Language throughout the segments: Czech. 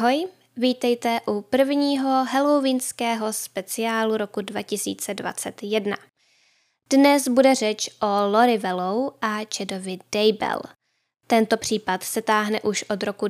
Ahoj, vítejte u prvního halloweenského speciálu roku 2021. Dnes bude řeč o Lori Vallow a Chadovi Daybell. Tento případ se táhne už od roku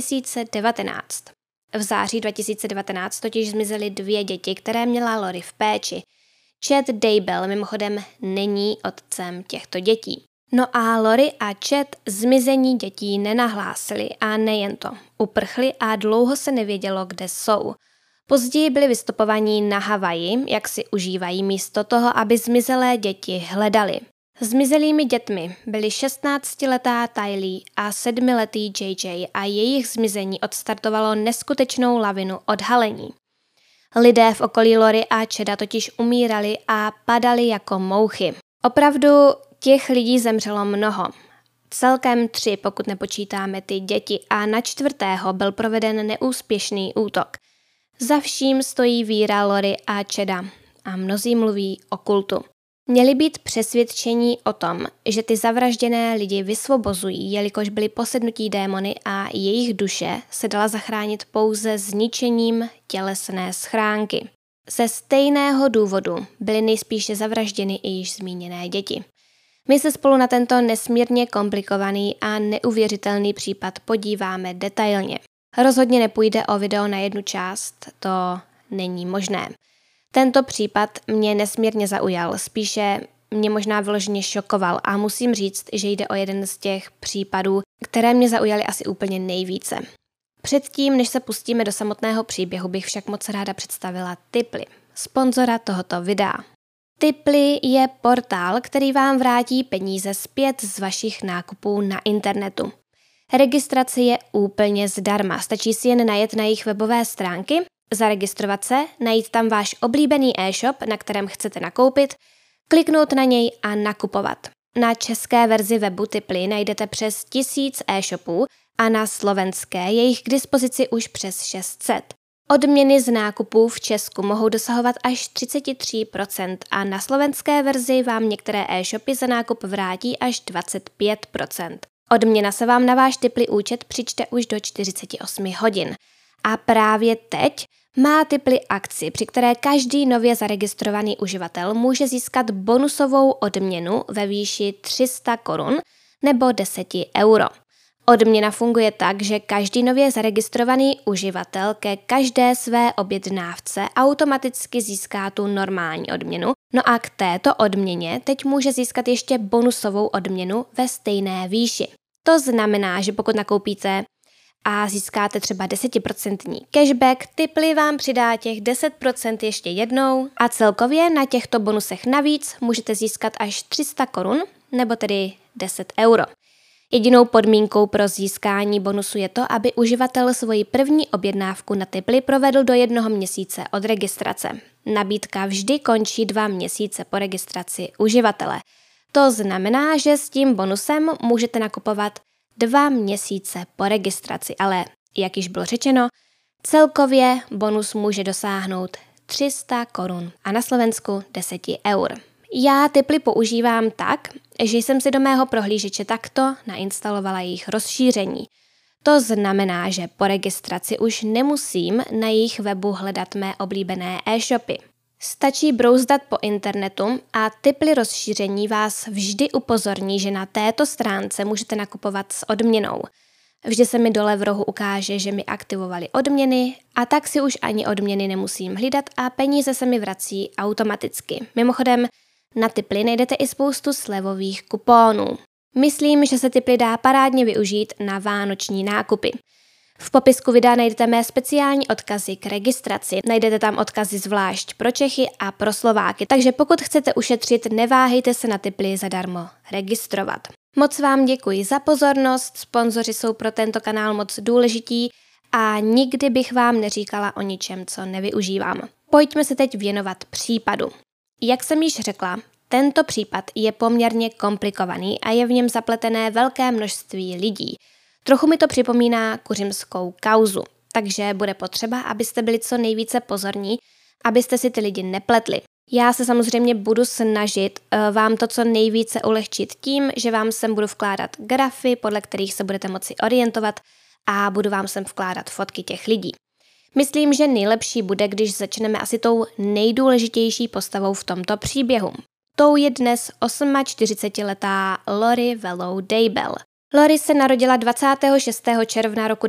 2019. V září 2019 totiž zmizely 2 děti, které měla Lori v péči. Chad Daybell mimochodem není otcem těchto dětí. No a Lori a Chad zmizení dětí nenahlásili a nejen to. Uprchli a dlouho se nevědělo, kde jsou. Později byli vystopovaní na Havaji, jak si užívají místo toho, aby zmizelé děti hledali. Zmizelými dětmi byly 16letá Tylee a 7letý JJ a jejich zmizení odstartovalo neskutečnou lavinu odhalení. Lidé v okolí Lori a Chada totiž umírali a padali jako mouchy. Opravdu těch lidí zemřelo mnoho. Celkem 3, pokud nepočítáme ty děti, a na 4. byl proveden neúspěšný útok. Za vším stojí víra Lori a Chada a mnozí mluví o kultu. Měli být přesvědčení o tom, že ty zavražděné lidi vysvobozují, jelikož byli posednutí démony a jejich duše se dala zachránit pouze zničením tělesné schránky. Ze stejného důvodu byly nejspíše zavražděny i již zmíněné děti. My se spolu na tento nesmírně komplikovaný a neuvěřitelný případ podíváme detailně. Rozhodně nepůjde o video na jednu část, to není možné. Tento případ mě nesmírně zaujal, spíše mě možná vyloženě šokoval a musím říct, že jde o jeden z těch případů, které mě zaujaly asi úplně nejvíce. Předtím, než se pustíme do samotného příběhu, bych však moc ráda představila Tiply, sponzora tohoto videa. Tiply je portál, který vám vrátí peníze zpět z vašich nákupů na internetu. Registrace je úplně zdarma, stačí si jen najet na jejich webové stránky, zaregistrovat se, najít tam váš oblíbený e-shop, na kterém chcete nakoupit, kliknout na něj a nakupovat. Na české verzi webu Tiply najdete přes 1000 e-shopů a na slovenské je jich k dispozici už přes 600. Odměny z nákupů v Česku mohou dosahovat až 33% a na slovenské verzi vám některé e-shopy za nákup vrátí až 25%. Odměna se vám na váš Tiply účet přičte už do 48 hodin. A právě teď má Tiply akci, při které každý nově zaregistrovaný uživatel může získat bonusovou odměnu ve výši 300 korun nebo 10 euro. Odměna funguje tak, že každý nově zaregistrovaný uživatel ke každé své objednávce automaticky získá tu normální odměnu, no a k této odměně teď může získat ještě bonusovou odměnu ve stejné výši. To znamená, že pokud nakoupíte a získáte třeba 10% cashback, Tiply vám přidá těch 10% ještě jednou a celkově na těchto bonusech navíc můžete získat až 300 korun nebo tedy 10 euro. Jedinou podmínkou pro získání bonusu je to, aby uživatel svoji první objednávku na Tiply provedl do 1 měsíce od registrace. Nabídka vždy končí 2 měsíce po registraci uživatele. To znamená, že s tím bonusem můžete nakupovat 2 měsíce po registraci, ale jak již bylo řečeno, celkově bonus může dosáhnout 300 korun a na Slovensku 10 eur. Já Tiply používám tak, že jsem si do mého prohlížeče takto nainstalovala jejich rozšíření. To znamená, že po registraci už nemusím na jejich webu hledat mé oblíbené e-shopy. Stačí brouzdat po internetu a Tiply rozšíření vás vždy upozorní, že na této stránce můžete nakupovat s odměnou. Vždy se mi dole v rohu ukáže, že mi aktivovali odměny a tak si už ani odměny nemusím hlídat a peníze se mi vrací automaticky. Mimochodem, na Tiply najdete i spoustu slevových kuponů. Myslím, že se Tiply dá parádně využít na vánoční nákupy. V popisku videa najdete mé speciální odkazy k registraci. Najdete tam odkazy zvlášť pro Čechy a pro Slováky, takže pokud chcete ušetřit, neváhejte se na Tiply zadarmo registrovat. Moc vám děkuji za pozornost, sponzoři jsou pro tento kanál moc důležití a nikdy bych vám neříkala o ničem, co nevyužívám. Pojďme se teď věnovat případu. Jak jsem již řekla, tento případ je poměrně komplikovaný a je v něm zapletené velké množství lidí. Trochu mi to připomíná kuřimskou kauzu, takže bude potřeba, abyste byli co nejvíce pozorní, abyste si ty lidi nepletli. Já se samozřejmě budu snažit vám to co nejvíce ulehčit tím, že vám sem budu vkládat grafy, podle kterých se budete moci orientovat a budu vám sem vkládat fotky těch lidí. Myslím, že nejlepší bude, když začneme asi tou nejdůležitější postavou v tomto příběhu. Tou je dnes 48letá Lori Vallow Daybell. Lori se narodila 26. června roku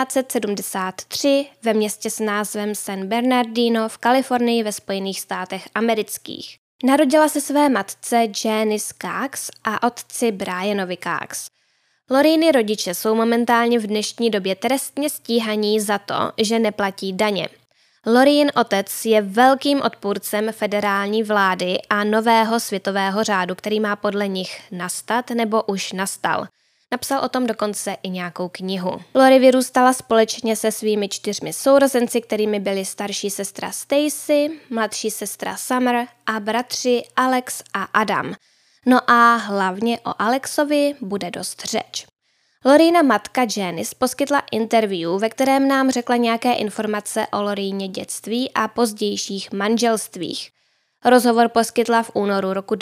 1973 ve městě s názvem San Bernardino v Kalifornii ve Spojených státech amerických. Narodila se své matce Janice Cox a otci Brianovi Cox. Loriny rodiče jsou momentálně v dnešní době trestně stíhaní za to, že neplatí daně. Lorin otec je velkým odpůrcem federální vlády a nového světového řádu, který má podle nich nastat nebo už nastal. Napsal o tom dokonce i nějakou knihu. Lori vyrůstala společně se svými 4 sourozenci, kterými byly starší sestra Stacy, mladší sestra Summer a bratři Alex a Adam. No a hlavně o Alexovi bude dost řeč. Lorina matka Janice poskytla interview, ve kterém nám řekla nějaké informace o Lorině dětství a pozdějších manželstvích. Rozhovor poskytla v únoru roku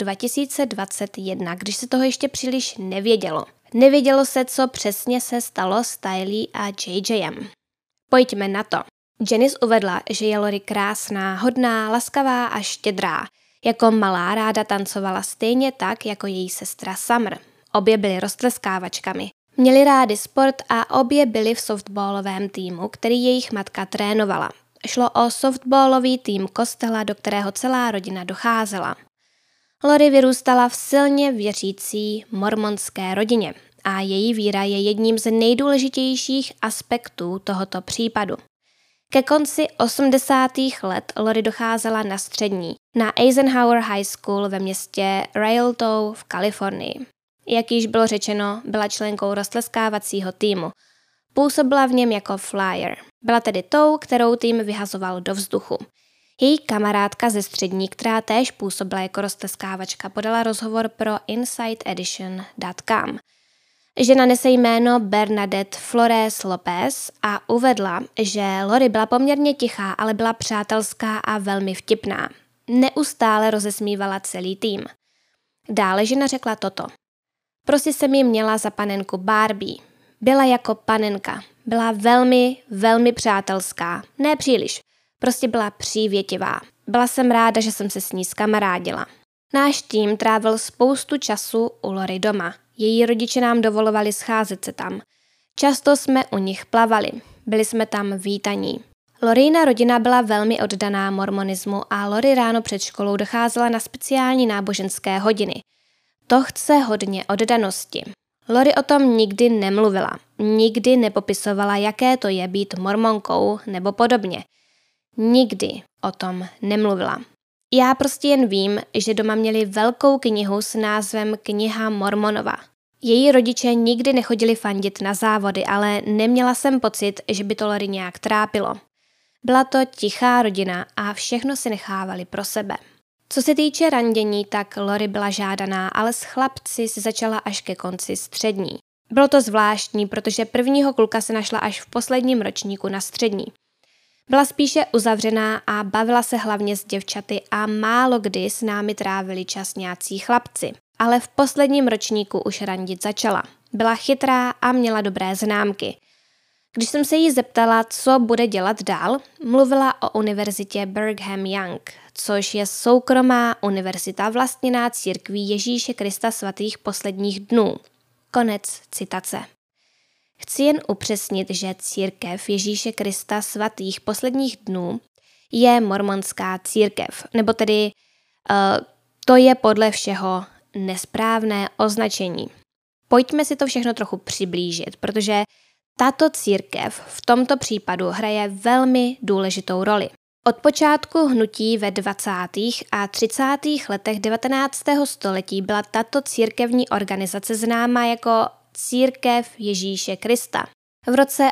2021, když se toho ještě příliš nevědělo. Nevědělo se, co přesně se stalo s Tylee a JJem. Pojďme na to. Janice uvedla, že je Lori krásná, hodná, laskavá a štědrá. Jako malá ráda tancovala stejně tak, jako její sestra Summer. Obě byly roztleskávačkami. Měli rádi sport a obě byly v softballovém týmu, který jejich matka trénovala. Šlo o softballový tým kostela, do kterého celá rodina docházela. Lori vyrůstala v silně věřící mormonské rodině a její víra je jedním z nejdůležitějších aspektů tohoto případu. Ke konci 80. let Lori docházela na střední, na Eisenhower High School ve městě Rialto v Kalifornii. Jak již bylo řečeno, byla členkou roztleskávacího týmu. Působila v něm jako flyer. Byla tedy tou, kterou tým vyhazoval do vzduchu. Její kamarádka ze střední, která též působila jako roztleskávačka, podala rozhovor pro InsideEdition.com. Žena nese jméno Bernadette Flores Lopez a uvedla, že Lori byla poměrně tichá, ale byla přátelská a velmi vtipná. Neustále rozesmívala celý tým. Dále žena řekla toto. Prostě jsem ji měla za panenku Barbie. Byla jako panenka. Byla velmi, velmi přátelská. Ne příliš. Prostě byla přívětivá. Byla jsem ráda, že jsem se s ní zkamarádila. Náš tým trávil spoustu času u Lori doma. Její rodiče nám dovolovali scházet se tam. Často jsme u nich plavali. Byli jsme tam vítaní. Lorina rodina byla velmi oddaná mormonismu a Lori ráno před školou docházela na speciální náboženské hodiny. To chce hodně oddanosti. Lori o tom nikdy nemluvila. Nikdy nepopisovala, jaké to je být mormonkou nebo podobně. Nikdy o tom nemluvila. Já prostě jen vím, že doma měli velkou knihu s názvem Kniha Mormonova. Její rodiče nikdy nechodili fandit na závody, ale neměla jsem pocit, že by to Lori nějak trápilo. Byla to tichá rodina a všechno si nechávali pro sebe. Co se týče randění, tak Lori byla žádaná, ale s chlapci si začala až ke konci střední. Bylo to zvláštní, protože prvního kluka se našla až v posledním ročníku na střední. Byla spíše uzavřená a bavila se hlavně s děvčaty a málo kdy s námi trávili čas nějací chlapci. Ale v posledním ročníku už randit začala. Byla chytrá a měla dobré známky. Když jsem se jí zeptala, co bude dělat dál, mluvila o univerzitě Brigham Young, což je soukromá univerzita vlastněná církví Ježíše Krista svatých posledních dnů. Konec citace. Chci jen upřesnit, že církev Ježíše Krista svatých posledních dnů je mormonská církev, nebo tedy to je podle všeho nesprávné označení. Pojďme si to všechno trochu přiblížit, protože tato církev v tomto případu hraje velmi důležitou roli. Od počátku hnutí ve 20. a 30. letech 19. století byla tato církevní organizace známá jako Církev Ježíše Krista. V roce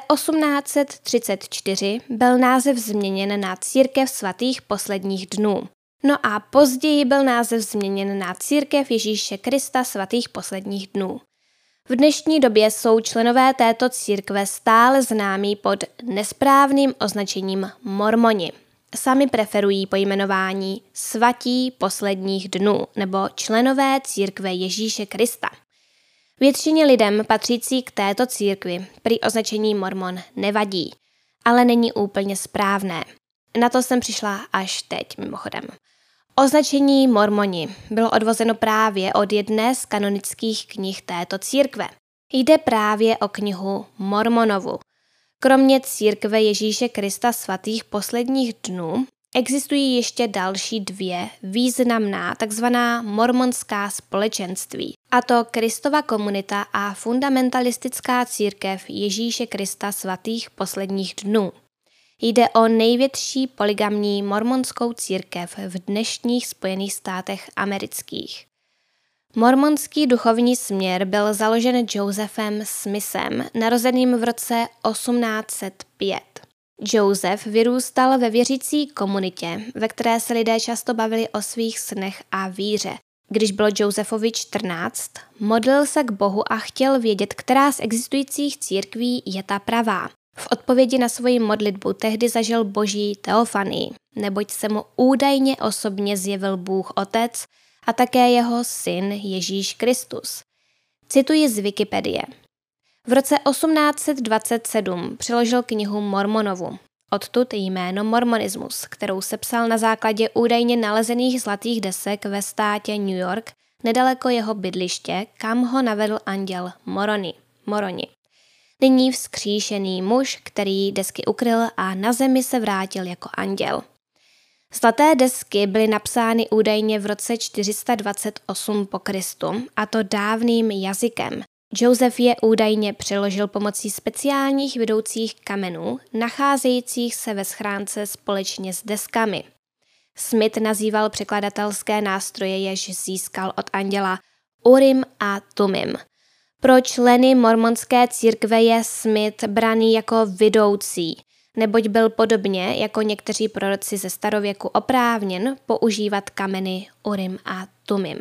1834 byl název změněn na Církev svatých posledních dnů. No a později byl název změněn na Církev Ježíše Krista svatých posledních dnů. V dnešní době jsou členové této církve stále známí pod nesprávným označením mormoni. Sami preferují pojmenování svatí posledních dnů nebo členové církve Ježíše Krista. Většině lidem patřící k této církvi prý označení mormon nevadí, ale není úplně správné. Na to jsem přišla až teď, mimochodem. Označení mormoni bylo odvozeno právě od jedné z kanonických knih této církve. Jde právě o knihu Mormonovu. Kromě církve Ježíše Krista svatých posledních dnů existují ještě další dvě významná takzvaná mormonská společenství, a to Kristova komunita a fundamentalistická církev Ježíše Krista svatých posledních dnů. Jde o největší polygamní mormonskou církev v dnešních Spojených státech amerických. Mormonský duchovní směr byl založen Josephem Smithem, narozeným v roce 1805. Joseph vyrůstal ve věřící komunitě, ve které se lidé často bavili o svých snech a víře. Když bylo Josephovi 14, modlil se k Bohu a chtěl vědět, která z existujících církví je ta pravá. V odpovědi na svoji modlitbu tehdy zažil boží teofanii, neboť se mu údajně osobně zjevil Bůh Otec a také jeho syn Ježíš Kristus. Cituji z Wikipedie. V roce 1827 přeložil knihu Mormonovu, odtud jméno mormonismus, kterou sepsal na základě údajně nalezených zlatých desek ve státě New York, nedaleko jeho bydliště, kam ho navedl anděl Moroni. Nyní vzkříšený muž, který desky ukryl a na zemi se vrátil jako anděl. Zlaté desky byly napsány údajně v roce 428 po Kristu, a to dávným jazykem. Joseph je údajně přeložil pomocí speciálních vedoucích kamenů, nacházejících se ve schránce společně s deskami. Smith nazýval překladatelské nástroje, jež získal od anděla, Urim a Tumim. Pro členy mormonské církve je Smith braný jako vidoucí, neboť byl podobně jako někteří proroci ze starověku oprávněn používat kameny Urim a Tumim.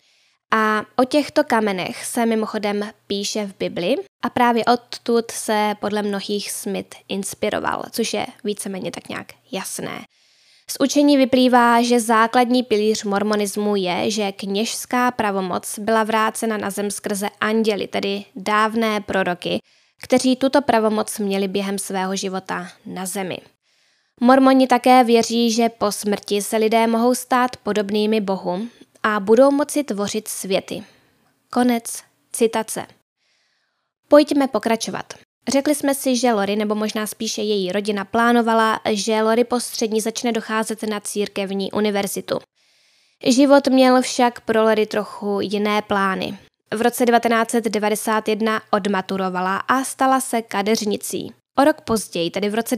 A o těchto kamenech se mimochodem píše v Bibli a právě odtud se podle mnohých Smith inspiroval, což je víceméně tak nějak jasné. Z učení vyplývá, že základní pilíř mormonismu je, že kněžská pravomoc byla vrácena na zem skrze anděli, tedy dávné proroky, kteří tuto pravomoc měli během svého života na zemi. Mormoni také věří, že po smrti se lidé mohou stát podobnými Bohu a budou moci tvořit světy. Konec citace. Pojďme pokračovat. Řekli jsme si, že Lori, nebo možná spíše její rodina, plánovala, že Lori po střední začne docházet na církevní univerzitu. Život měl však pro Lori trochu jiné plány. V roce 1991 odmaturovala a stala se kadeřnicí. O rok později, tedy v roce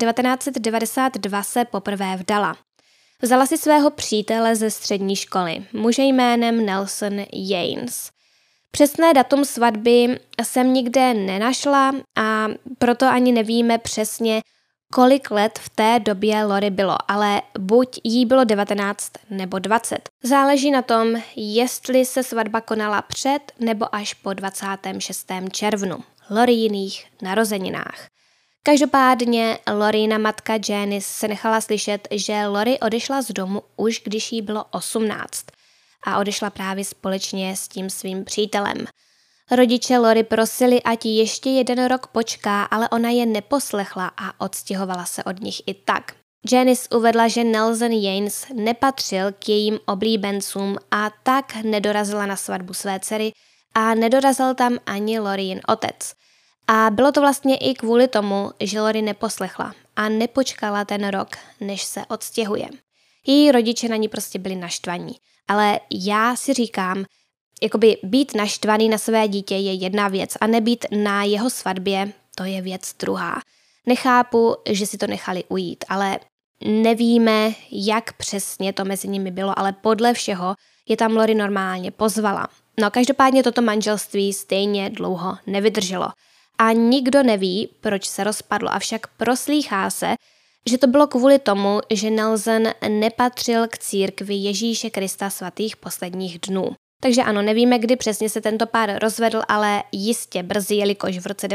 1992, se poprvé vdala. Vzala si svého přítele ze střední školy, muže jménem Nelson Yanes. Přesné datum svatby jsem nikde nenašla a proto ani nevíme přesně, kolik let v té době Lori bylo, ale buď jí bylo 19 nebo 20. Záleží na tom, jestli se svatba konala před nebo až po 26. červnu, Lorijiných narozeninách. Každopádně Lorina matka Janice se nechala slyšet, že Lori odešla z domu už když jí bylo 18 a odešla právě společně s tím svým přítelem. Rodiče Lori prosili, ať ještě jeden rok počká, ale ona je neposlechla a odstěhovala se od nich i tak. Janice uvedla, že Nelson Yanes nepatřil k jejím oblíbencům a tak nedorazila na svatbu své dcery a nedorazil tam ani Lorin otec. A bylo to vlastně i kvůli tomu, že Lori neposlechla a nepočkala ten rok, než se odstěhuje. Její rodiče na ní prostě byli naštvaní. Ale já si říkám, jakoby být naštvaný na své dítě je jedna věc a nebýt na jeho svatbě, to je věc druhá. Nechápu, že si to nechali ujít, ale nevíme, jak přesně to mezi nimi bylo, ale podle všeho je tam Lori normálně pozvala. No každopádně toto manželství stejně dlouho nevydrželo. A nikdo neví, proč se rozpadlo, avšak proslýchá se, že to bylo kvůli tomu, že Nelson nepatřil k církvi Ježíše Krista svatých posledních dnů. Takže ano, nevíme, kdy přesně se tento pár rozvedl, ale jistě brzy, jelikož v roce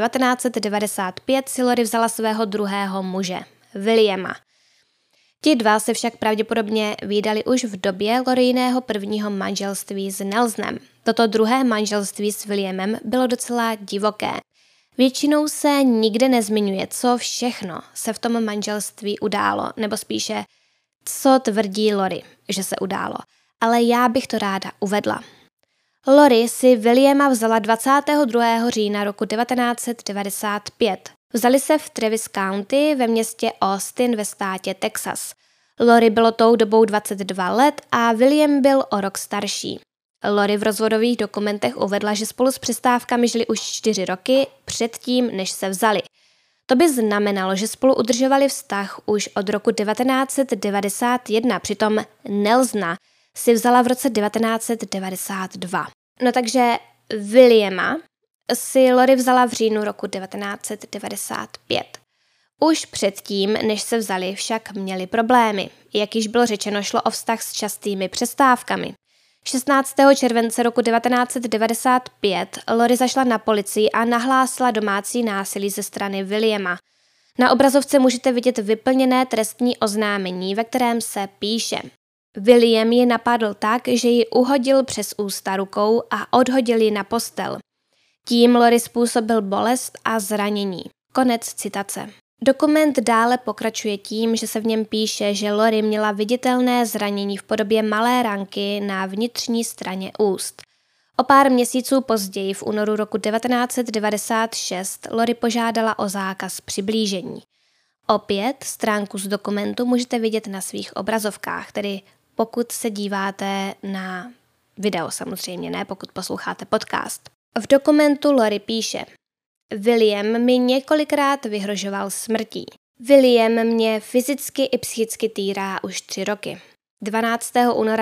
1995 si Lori vzala svého druhého muže, Williama. Ti dva se však pravděpodobně vídali už v době Loriného prvního manželství s Nelsonem, Toto druhé manželství s Williamem bylo docela divoké. Většinou se nikde nezmiňuje, co všechno se v tom manželství událo, nebo spíše, co tvrdí Lori, že se událo. Ale já bych to ráda uvedla. Lori si Williama vzala 22. října roku 1995. Vzali se v Travis County ve městě Austin ve státě Texas. Lori bylo tou dobou 22 let a William byl o rok starší. Lori v rozvodových dokumentech uvedla, že spolu s přestávkami žili už 4 roky předtím, než se vzali. To by znamenalo, že spolu udržovali vztah už od roku 1991, přitom Nelsona si vzala v roce 1992. No takže Williama si Lori vzala v říjnu roku 1995. Už předtím, než se vzali, však měli problémy. Jak již bylo řečeno, šlo o vztah s častými přestávkami. 16. července roku 1995 Lori zašla na policii a nahlásila domácí násilí ze strany Williama. Na obrazovce můžete vidět vyplněné trestní oznámení, ve kterém se píše: William ji napadl tak, že ji uhodil přes ústa rukou a odhodil ji na postel. Tím Lori způsobil bolest a zranění. Konec citace. Dokument dále pokračuje tím, že se v něm píše, že Lori měla viditelné zranění v podobě malé ranky na vnitřní straně úst. O pár měsíců později, v únoru roku 1996, Lori požádala o zákaz přiblížení. Opět stránku z dokumentu můžete vidět na svých obrazovkách, tedy pokud se díváte na video samozřejmě, ne pokud posloucháte podcast. V dokumentu Lori píše: William mi několikrát vyhrožoval smrtí. William mě fyzicky i psychicky týrá už 3 roky. 12. února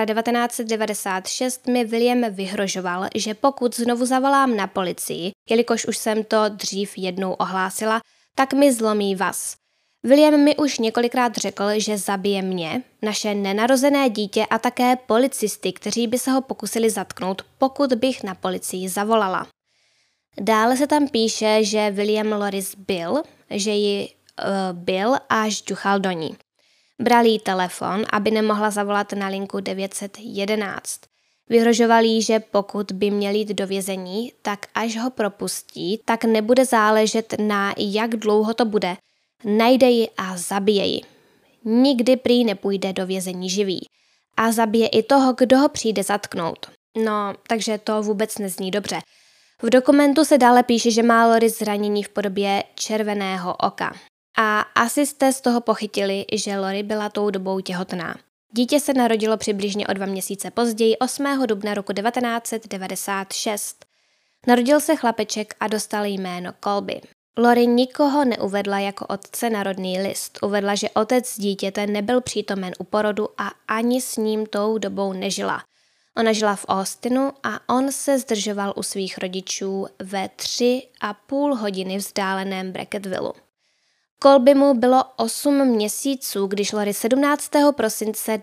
1996 mi William vyhrožoval, že pokud znovu zavolám na policii, jelikož už jsem to dřív jednou ohlásila, tak mi zlomí vaz. William mi už několikrát řekl, že zabije mě, naše nenarozené dítě a také policisty, kteří by se ho pokusili zatknout, pokud bych na policii zavolala. Dále se tam píše, že William Lori zbil, že ji bil a žduchal do ní. Bral jí telefon, aby nemohla zavolat na linku 911. Vyhrožoval jí, že pokud by měl jít do vězení, tak až ho propustí, tak nebude záležet na jak dlouho to bude. Najde ji a zabije ji. Nikdy prý nepůjde do vězení živý. A zabije i toho, kdo ho přijde zatknout. No, takže to vůbec nezní dobře. V dokumentu se dále píše, že má Lori zranění v podobě červeného oka. A asi jste z toho pochytili, že Lori byla tou dobou těhotná. Dítě se narodilo přibližně o 2 měsíce později, 8. dubna roku 1996. Narodil se chlapeček a dostal jméno Colby. Lori nikoho neuvedla jako otce na rodný list. Uvedla, že otec dítěte nebyl přítomen u porodu a ani s ním tou dobou nežila. Ona žila v Austinu a on se zdržoval u svých rodičů ve 3,5 hodiny vzdáleném Brackettville. Colbymu bylo 8 měsíců, když Lori 17. prosince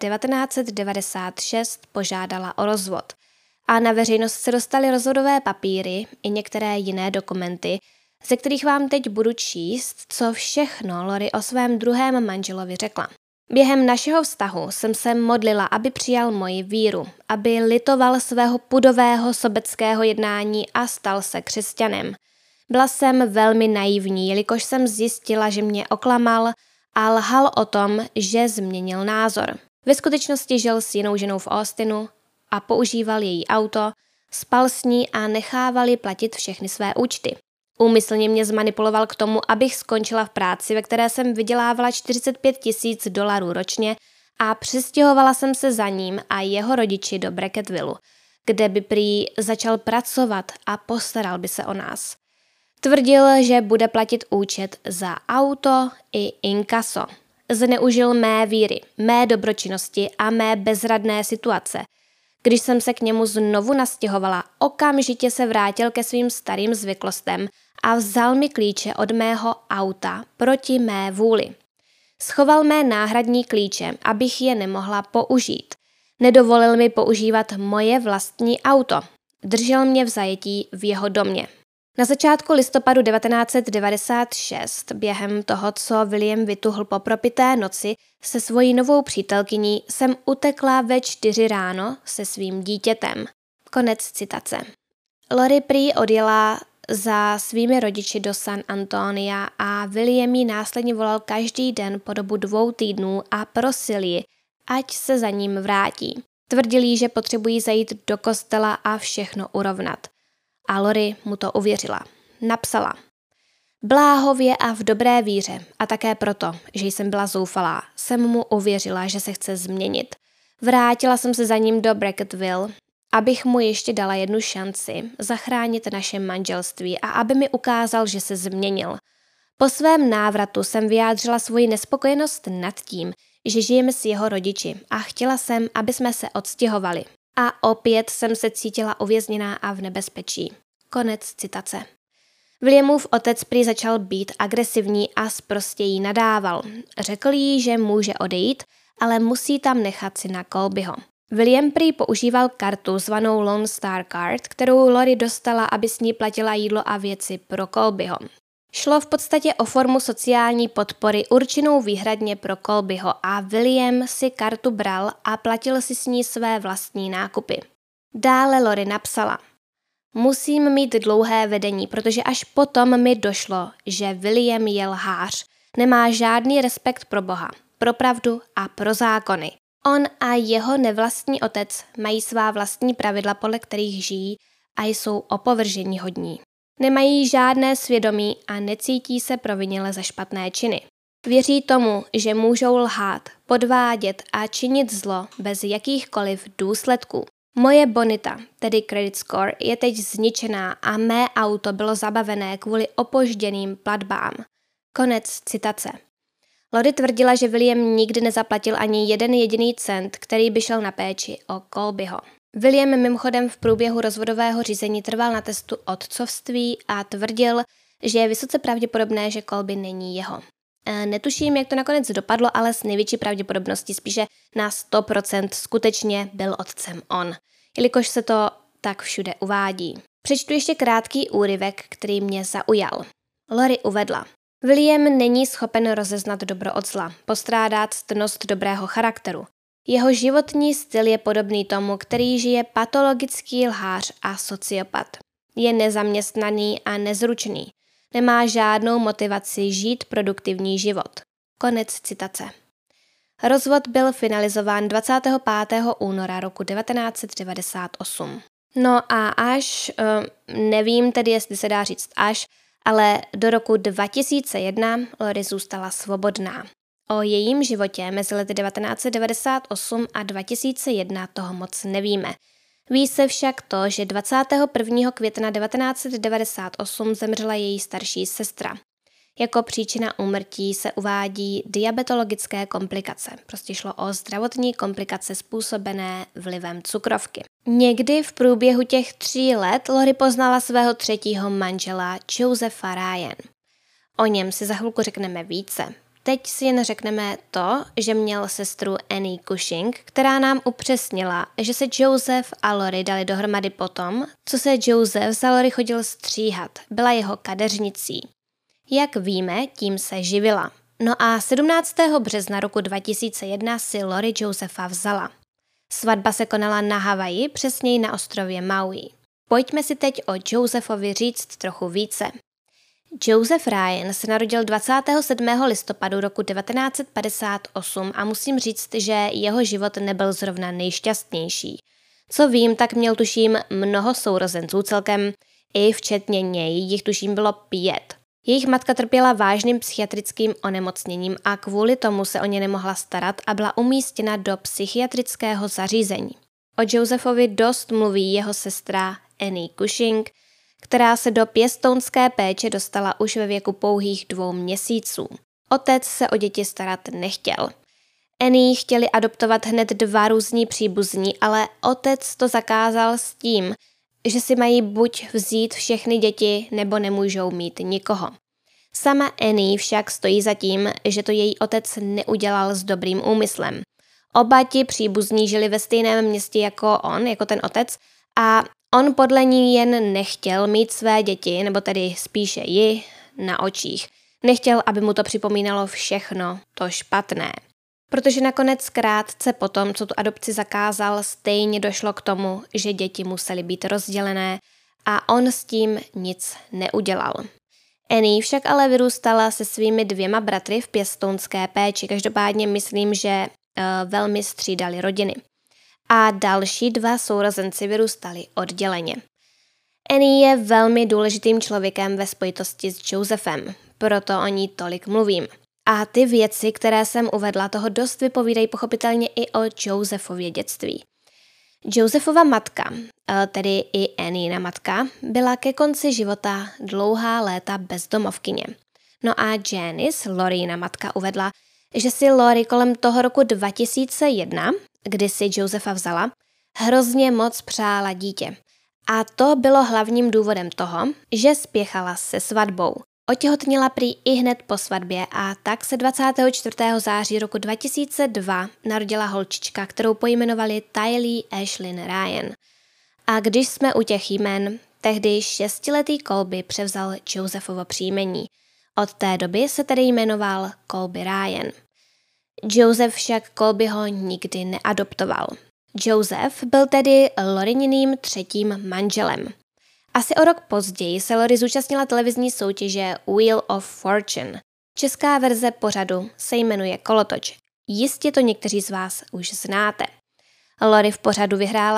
1996 požádala o rozvod. A na veřejnost se dostaly rozvodové papíry i některé jiné dokumenty, ze kterých vám teď budu číst, co všechno Lori o svém druhém manželovi řekla. Během našeho vztahu jsem se modlila, aby přijal moji víru, aby litoval svého pudového sobeckého jednání a stal se křesťanem. Byla jsem velmi naivní, jelikož jsem zjistila, že mě oklamal a lhal o tom, že změnil názor. Ve skutečnosti žil s jinou ženou v Austinu a používal její auto, spal s ní a nechával ji platit všechny své účty. Úmyslně mě zmanipuloval k tomu, abych skončila v práci, ve které jsem vydělávala $45,000 ročně a přestěhovala jsem se za ním a jeho rodiči do Brackettville, kde by prý začal pracovat a postaral by se o nás. Tvrdil, že bude platit účet za auto i inkaso. Zneužil mé víry, mé dobročinnosti a mé bezradné situace. Když jsem se k němu znovu nastěhovala, okamžitě se vrátil ke svým starým zvyklostem a vzal mi klíče od mého auta proti mé vůli. Schoval mé náhradní klíče, abych je nemohla použít. Nedovolil mi používat moje vlastní auto. Držel mě v zajetí v jeho domě. Na začátku listopadu 1996, během toho, co William vytuhl po propité noci se svojí novou přítelkyní, jsem utekla ve 4 ráno se svým dítětem. Konec citace. Lori prý odjela za svými rodiči do San Antonia a William ji následně volal každý den po dobu 2 týdnů a prosil ji, ať se za ním vrátí. Tvrdil jí, že potřebují zajít do kostela a všechno urovnat. A Lori mu to uvěřila. Napsala: Bláhově a v dobré víře a také proto, že jsem byla zoufalá, jsem mu uvěřila, že se chce změnit. Vrátila jsem se za ním do Brackettville, abych mu ještě dala jednu šanci zachránit naše manželství a aby mi ukázal, že se změnil. Po svém návratu jsem vyjádřila svoji nespokojenost nad tím, že žijeme s jeho rodiči a chtěla jsem, aby jsme se odstěhovali. A opět jsem se cítila uvězněná a v nebezpečí. Konec citace. Williamův otec prý začal být agresivní a sprostě jí nadával. Řekl jí, že může odejít, ale musí tam nechat syna Colbyho. William prý používal kartu zvanou Lone Star Card, kterou Lori dostala, aby s ní platila jídlo a věci pro Colbyho. Šlo v podstatě o formu sociální podpory určenou výhradně pro Colbyho a William si kartu bral a platil si s ní své vlastní nákupy. Dále Lori napsala: Musím mít dlouhé vedení, protože až potom mi došlo, že William je lhář, nemá žádný respekt pro Boha, pro pravdu a pro zákony. On a jeho nevlastní otec mají svá vlastní pravidla, podle kterých žijí a jsou opovrženíhodní. Nemají žádné svědomí a necítí se provinile za špatné činy. Věří tomu, že můžou lhát, podvádět a činit zlo bez jakýchkoliv důsledků. Moje bonita, tedy credit score, je teď zničená a mé auto bylo zabavené kvůli opožděným platbám. Konec citace. Lori tvrdila, že William nikdy nezaplatil ani jeden jediný cent, který by šel na péči o Colbyho. William mimochodem v průběhu rozvodového řízení trval na testu otcovství a tvrdil, že je vysoce pravděpodobné, že Colby není jeho. Netuším, jak to nakonec dopadlo, ale s největší pravděpodobností spíše na 100% skutečně byl otcem on, jelikož se to tak všude uvádí. Přečtu ještě krátký úryvek, který mě zaujal. Lori uvedla: William není schopen rozeznat dobro od zla, postrádá ctnost dobrého charakteru. Jeho životní styl je podobný tomu, který žije patologický lhář a sociopat. Je nezaměstnaný a nezručný. Nemá žádnou motivaci žít produktivní život. Konec citace. Rozvod byl finalizován 25. února roku 1998. No a nevím tedy, jestli se dá říct ale do roku 2001 Lori zůstala svobodná. O jejím životě mezi lety 1998 a 2001 toho moc nevíme. Ví se však to, že 21. května 1998 zemřela její starší sestra. Jako příčina úmrtí se uvádí diabetologické komplikace. Prostě šlo o zdravotní komplikace způsobené vlivem cukrovky. Někdy v průběhu těch 3 let Lori poznala svého 3. manžela Josepha Ryan. O něm si za chvilku řekneme více. Teď si jen řekneme to, že měl sestru Annie Cushing, která nám upřesnila, že se Joseph a Lori dali dohromady potom, co se Joseph za Lori chodil stříhat, byla jeho kadeřnicí. Jak víme, tím se živila. No a 17. března roku 2001 si Lori Josepha vzala. Svatba se konala na Havaji, přesněji na ostrově Maui. Pojďme si teď o Josephovi říct trochu více. Joseph Ryan se narodil 27. listopadu roku 1958 a musím říct, že jeho život nebyl zrovna nejšťastnější. Co vím, tak měl tuším mnoho sourozenců, celkem i včetně něj, jich tuším bylo 5. Jejich matka trpěla vážným psychiatrickým onemocněním a kvůli tomu se o ně nemohla starat a byla umístěna do psychiatrického zařízení. O Josephovi dost mluví jeho sestra Annie Cushing, která se do pěstounské péče dostala už ve věku pouhých 2 měsíců. Otec se o děti starat nechtěl. Annie chtěli adoptovat hned 2 různí příbuzní, ale otec to zakázal s tím, že si mají buď vzít všechny děti, nebo nemůžou mít nikoho. Sama Annie však stojí za tím, že to její otec neudělal s dobrým úmyslem. Oba ti příbuzní žili ve stejném městě jako on, jako ten otec, a on podle ní jen nechtěl mít své děti, nebo tedy spíše ji, na očích. Nechtěl, aby mu to připomínalo všechno to špatné. protože nakonec krátce potom, co tu adopci zakázal, stejně došlo k tomu, že děti musely být rozdělené a on s tím nic neudělal. Annie však ale vyrůstala se svými 2 bratry v pěstounské péči, každopádně myslím, že velmi střídali rodiny. A další 2 sourozenci vyrůstali odděleně. Annie je velmi důležitým člověkem ve spojitosti s Josephem, proto o ní tolik mluvím. A ty věci, které jsem uvedla, toho dost vypovídají pochopitelně i o Josephově dětství. Josephova matka, tedy i Anniina matka, byla ke konci života dlouhá léta bezdomovkyně. No a Janice, Loriina matka, uvedla, že si Lori kolem toho roku 2001, kdy si Josepha vzala, hrozně moc přála dítě. A to bylo hlavním důvodem toho, že spěchala se svatbou. Otěhotněla prý i hned po svatbě a tak se 24. září roku 2002 narodila holčička, kterou pojmenovali Tylee Ashlyn Ryan. A když jsme u těch jmen, tehdy 6letý Colby převzal Josephovo příjmení. Od té doby se tedy jmenoval Colby Ryan. Joseph však Colbyho nikdy neadoptoval. Joseph byl tedy Loriným 3. manželem. Asi o rok později se Lori zúčastnila televizní soutěže Wheel of Fortune. Česká verze pořadu se jmenuje Kolotoč. Jistě to někteří z vás už znáte. Lori v pořadu vyhrála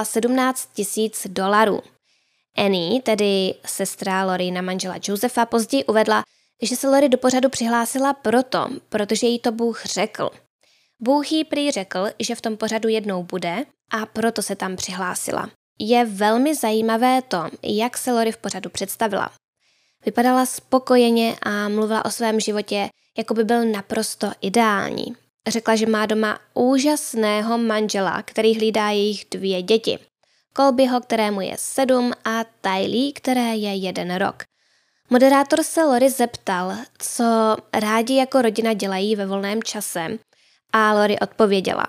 $17 000. Annie, tedy sestra Lorina manžela Josepha, později uvedla, že se Lori do pořadu přihlásila protože jí to Bůh řekl. Bůh jí prý řekl, že v tom pořadu jednou bude a proto se tam přihlásila. Je velmi zajímavé to, jak se Lori v pořadu představila. Vypadala spokojeně a mluvila o svém životě, jako by byl naprosto ideální. Řekla, že má doma úžasného manžela, který hlídá jejich 2 děti. Colbyho, kterému je 7 a Tylee, které je 1 rok. Moderátor se Lori zeptal, co rádi jako rodina dělají ve volném čase a Lori odpověděla.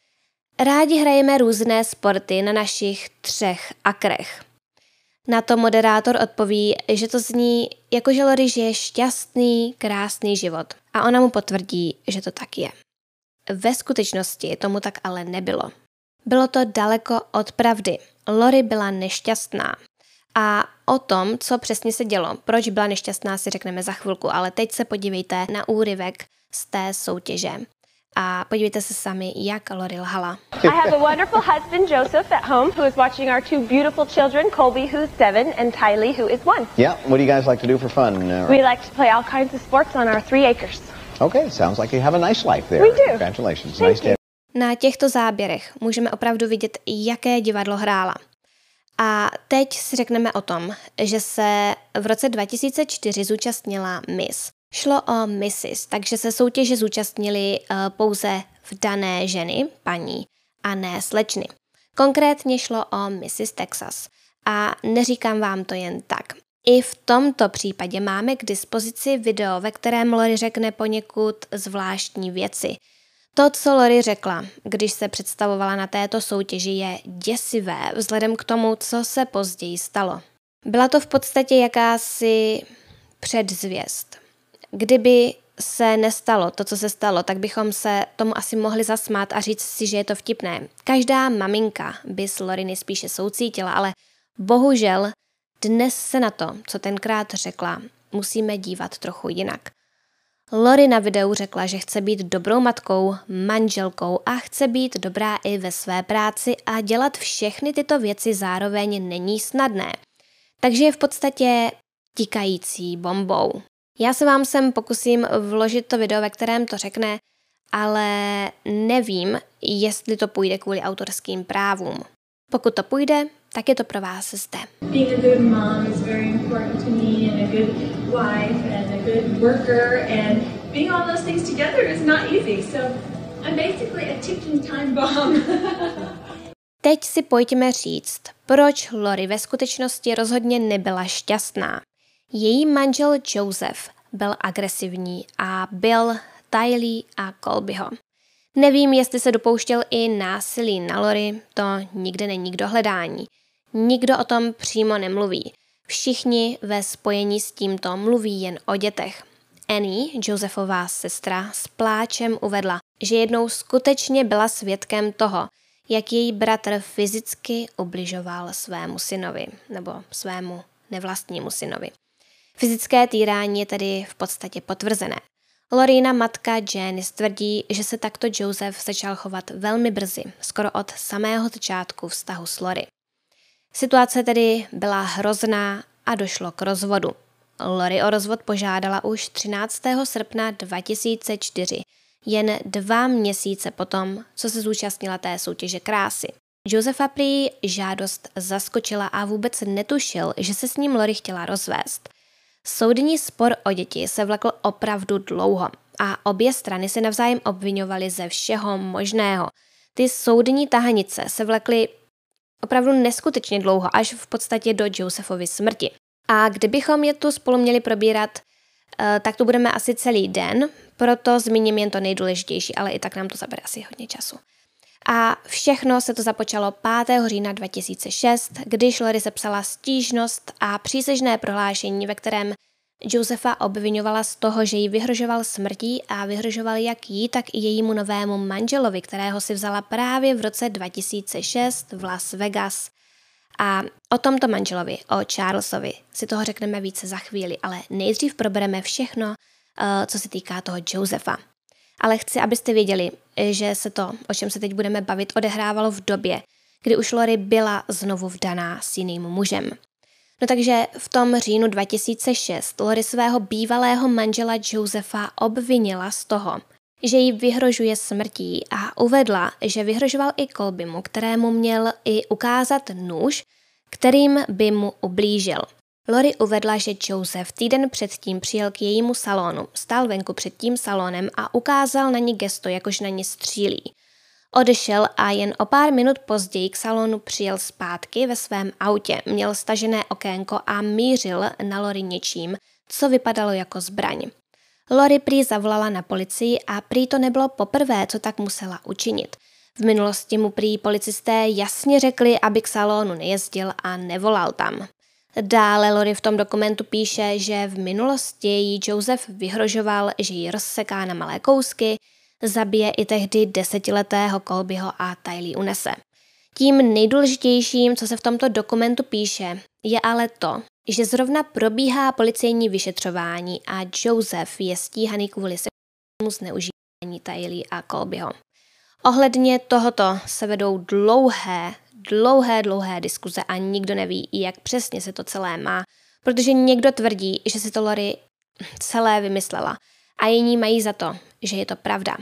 Rádi hrajeme různé sporty na našich 3 akrech. Na to moderátor odpoví, že to zní jako že Lori žije šťastný, krásný život a ona mu potvrdí, že to tak je. Ve skutečnosti tomu tak ale nebylo. Bylo to daleko od pravdy. Lori byla nešťastná. A o tom, co přesně se dělo, proč byla nešťastná, si řekneme za chvilku, ale teď se podívejte na úryvek z té soutěže. A podívejte se sami, jak Lori lhala. I have a wonderful husband, Joseph, at home, who is watching our 2 beautiful children, Colby, who's 7, and Tylee, who is 1. Yeah, what do you guys like to do for fun? We like to play all kinds of sports on our 3 acres. Okay, sounds like you have a nice life there. We do. Congratulations. Thank Nice you. to Na těchto záběrech můžeme opravdu vidět, jaké divadlo hrála. A teď si řekneme o tom, že se v roce 2004 zúčastnila Miss. Šlo o Mrs., takže se soutěže zúčastnili pouze vdané ženy, paní, a ne slečny. Konkrétně šlo o Mrs. Texas. A neříkám vám to jen tak. I v tomto případě máme k dispozici video, ve kterém Lori řekne poněkud zvláštní věci. To, co Lori řekla, když se představovala na této soutěži, je děsivé vzhledem k tomu, co se později stalo. Byla to v podstatě jakási předzvěst. Kdyby se nestalo to, co se stalo, tak bychom se tomu asi mohli zasmát a říct si, že je to vtipné. Každá maminka by s Lori nejspíše soucítila, ale bohužel dnes se na to, co tenkrát řekla, musíme dívat trochu jinak. Lori na videu řekla, že chce být dobrou matkou, manželkou a chce být dobrá i ve své práci a dělat všechny tyto věci zároveň není snadné. Takže je v podstatě tikající bombou. Já se vám sem pokusím vložit to video, ve kterém to řekne, ale nevím, jestli to půjde kvůli autorským právům. Pokud to půjde, tak je to pro vás zde. Being a good mom is very important to me, and a good wife and a good worker, and being all those things together is not easy. So I'm basically a ticking time bomb. Teď si pojďme říct, proč Lori ve skutečnosti rozhodně nebyla šťastná. Její manžel Joseph byl agresivní a byl Tylee a Colbyho. Nevím, jestli se dopouštěl i násilí na Lori, to nikde není k dohledání. Nikdo o tom přímo nemluví. Všichni ve spojení s tímto mluví jen o dětech. Annie, Josephová sestra, s pláčem uvedla, že jednou skutečně byla svědkem toho, jak její bratr fyzicky ubližoval svému synovi, nebo svému nevlastnímu synovi. Fyzické týrání je tedy v podstatě potvrzené. Lorina matka Janice tvrdí, že se takto Joseph začal chovat velmi brzy, skoro od samého začátku vztahu s Lori. Situace tedy byla hrozná a došlo k rozvodu. Lori o rozvod požádala už 13. srpna 2004, jen 2 měsíce potom, co se zúčastnila té soutěže krásy. Josepha prý žádost zaskočila a vůbec netušil, že se s ním Lori chtěla rozvést. Soudní spor o děti se vlekl opravdu dlouho a obě strany se navzájem obvinovaly ze všeho možného. Ty soudní tahanice se vlekly opravdu neskutečně dlouho, až v podstatě do Josephovy smrti. A kdybychom je tu spolu měli probírat, tak tu budeme asi celý den, proto zmíním jen to nejdůležitější, ale i tak nám to zabere asi hodně času. A všechno se to započalo 5. října 2006, když Lori sepsala stížnost a přísežné prohlášení, ve kterém Josepha obvinovala z toho, že jí vyhrožoval smrtí a vyhrožoval jak jí, tak i jejímu novému manželovi, kterého si vzala právě v roce 2006 v Las Vegas. A o tomto manželovi, o Charlesovi, si toho řekneme více za chvíli, ale nejdřív probereme všechno, co se týká toho Josepha. Ale chci, abyste věděli, že se to, o čem se teď budeme bavit, odehrávalo v době, kdy už Lori byla znovu vdaná s jiným mužem. No takže v tom říjnu 2006 Lori svého bývalého manžela Josepha obvinila z toho, že jí vyhrožuje smrtí a uvedla, že vyhrožoval i Colbymu, kterému měl i ukázat nůž, kterým by mu ublížil. Lori uvedla, že Joseph týden předtím přijel k jejímu salonu, stál venku před tím salonem a ukázal na ní gesto, jakož na ní střílí. Odešel a jen o pár minut později k salonu přijel zpátky ve svém autě, měl stažené okénko a mířil na Lori něčím, co vypadalo jako zbraň. Lori prý zavolala na policii a prý to nebylo poprvé, co tak musela učinit. V minulosti mu prý policisté jasně řekli, aby k salonu nejezdil a nevolal tam. Dále Lori v tom dokumentu píše, že v minulosti jí Joseph vyhrožoval, že ji rozseká na malé kousky, zabije i tehdy 10letého Colbyho a Tylee unese. Tím nejdůležitějším, co se v tomto dokumentu píše, je ale to, že zrovna probíhá policejní vyšetřování a Joseph je stíhaný kvůli sexuálnímu zneužívání Tylee a Colbyho. Ohledně tohoto se vedou dlouhé diskuze a nikdo neví, jak přesně se to celé má, protože někdo tvrdí, že si to Lori celé vymyslela a jiní mají za to, že je to pravda.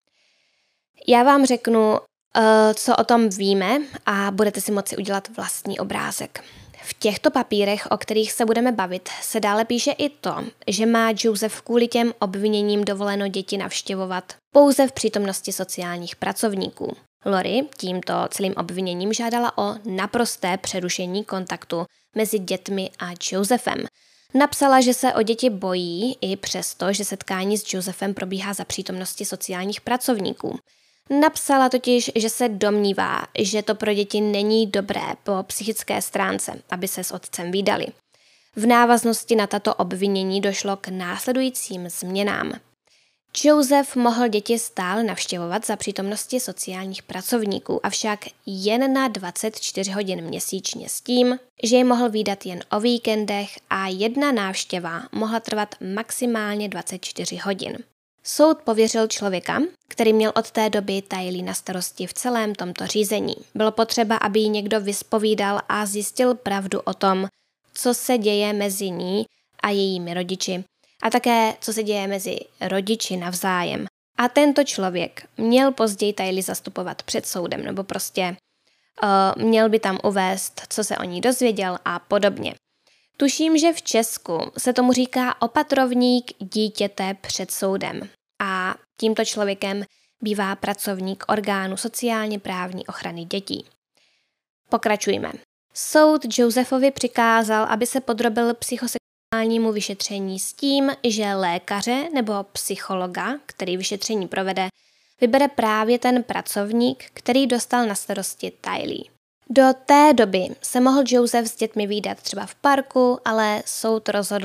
Já vám řeknu, co o tom víme a budete si moci udělat vlastní obrázek. V těchto papírech, o kterých se budeme bavit, se dále píše i to, že má Joseph kvůli těm obviněním dovoleno děti navštěvovat pouze v přítomnosti sociálních pracovníků. Lori tímto celým obviněním žádala o naprosté přerušení kontaktu mezi dětmi a Josephem. Napsala, že se o děti bojí i přesto, že setkání s Josephem probíhá za přítomnosti sociálních pracovníků. Napsala totiž, že se domnívá, že to pro děti není dobré po psychické stránce, aby se s otcem vídali. V návaznosti na tato obvinění došlo k následujícím změnám. Joseph mohl děti stále navštěvovat za přítomnosti sociálních pracovníků, avšak jen na 24 hodin měsíčně s tím, že je mohl vídat jen o víkendech a jedna návštěva mohla trvat maximálně 24 hodin. Soud pověřil člověka, který měl od té doby Tylee na starosti v celém tomto řízení. Bylo potřeba, aby ji někdo vyspovídal a zjistil pravdu o tom, co se děje mezi ní a jejími rodiči a také, co se děje mezi rodiči navzájem. A tento člověk měl později Tylee zastupovat před soudem, nebo prostě měl by tam uvést, co se o ní dozvěděl a podobně. Tuším, že v Česku se tomu říká opatrovník dítěte před soudem a tímto člověkem bývá pracovník orgánu sociálně právní ochrany dětí. Pokračujme. Soud Josephovi přikázal, aby se podrobil psychosexuálnímu vyšetření s tím, že lékaře nebo psychologa, který vyšetření provede, vybere právě ten pracovník, který dostal na starosti Tylee. Do té doby se mohl Joseph s dětmi vídat třeba v parku, ale soud rozhodl,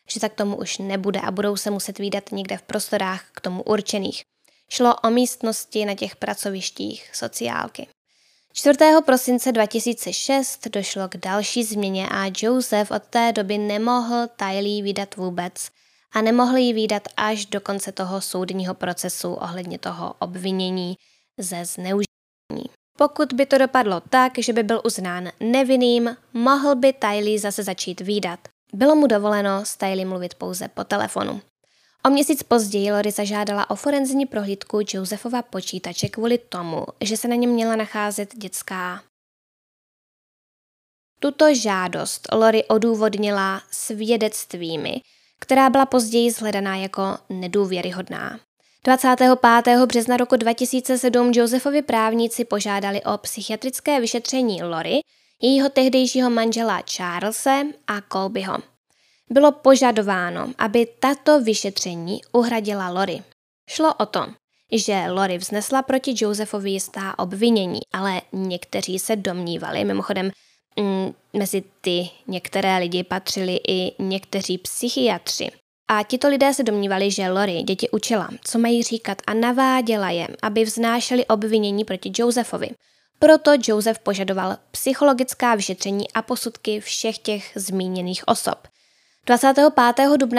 že tak tomu už nebude a budou se muset vídat někde v prostorách k tomu určených. Šlo o místnosti na těch pracovištích sociálky. 4. prosince 2006 došlo k další změně a Joseph od té doby nemohl Tylee vídat vůbec a nemohl ji vídat až do konce toho soudního procesu ohledně toho obvinění ze zneužívání. Pokud by to dopadlo tak, že by byl uznán nevinným, mohl by Tylee zase začít vídat. Bylo mu dovoleno s Tylee mluvit pouze po telefonu. O měsíc později Lori zažádala o forenzní prohlídku Josephova počítače kvůli tomu, že se na něm měla nacházet dětská. Tuto žádost Lori odůvodnila svědectvími, která byla později shledaná jako nedůvěryhodná. 25. března roku 2007 Josephovi právníci požádali o psychiatrické vyšetření Lori, jejího tehdejšího manžela Charlese a Colbyho. Bylo požadováno, aby tato vyšetření uhradila Lori. Šlo o to, že Lori vznesla proti Josephovi jistá obvinění, ale někteří se domnívali, mimochodem mezi ty některé lidi patřili i někteří psychiatři. A tito lidé se domnívali, že Lori děti učila, co mají říkat a naváděla je, aby vznášeli obvinění proti Josephovi. Proto Joseph požadoval psychologická vyšetření a posudky všech těch zmíněných osob. 25. dubna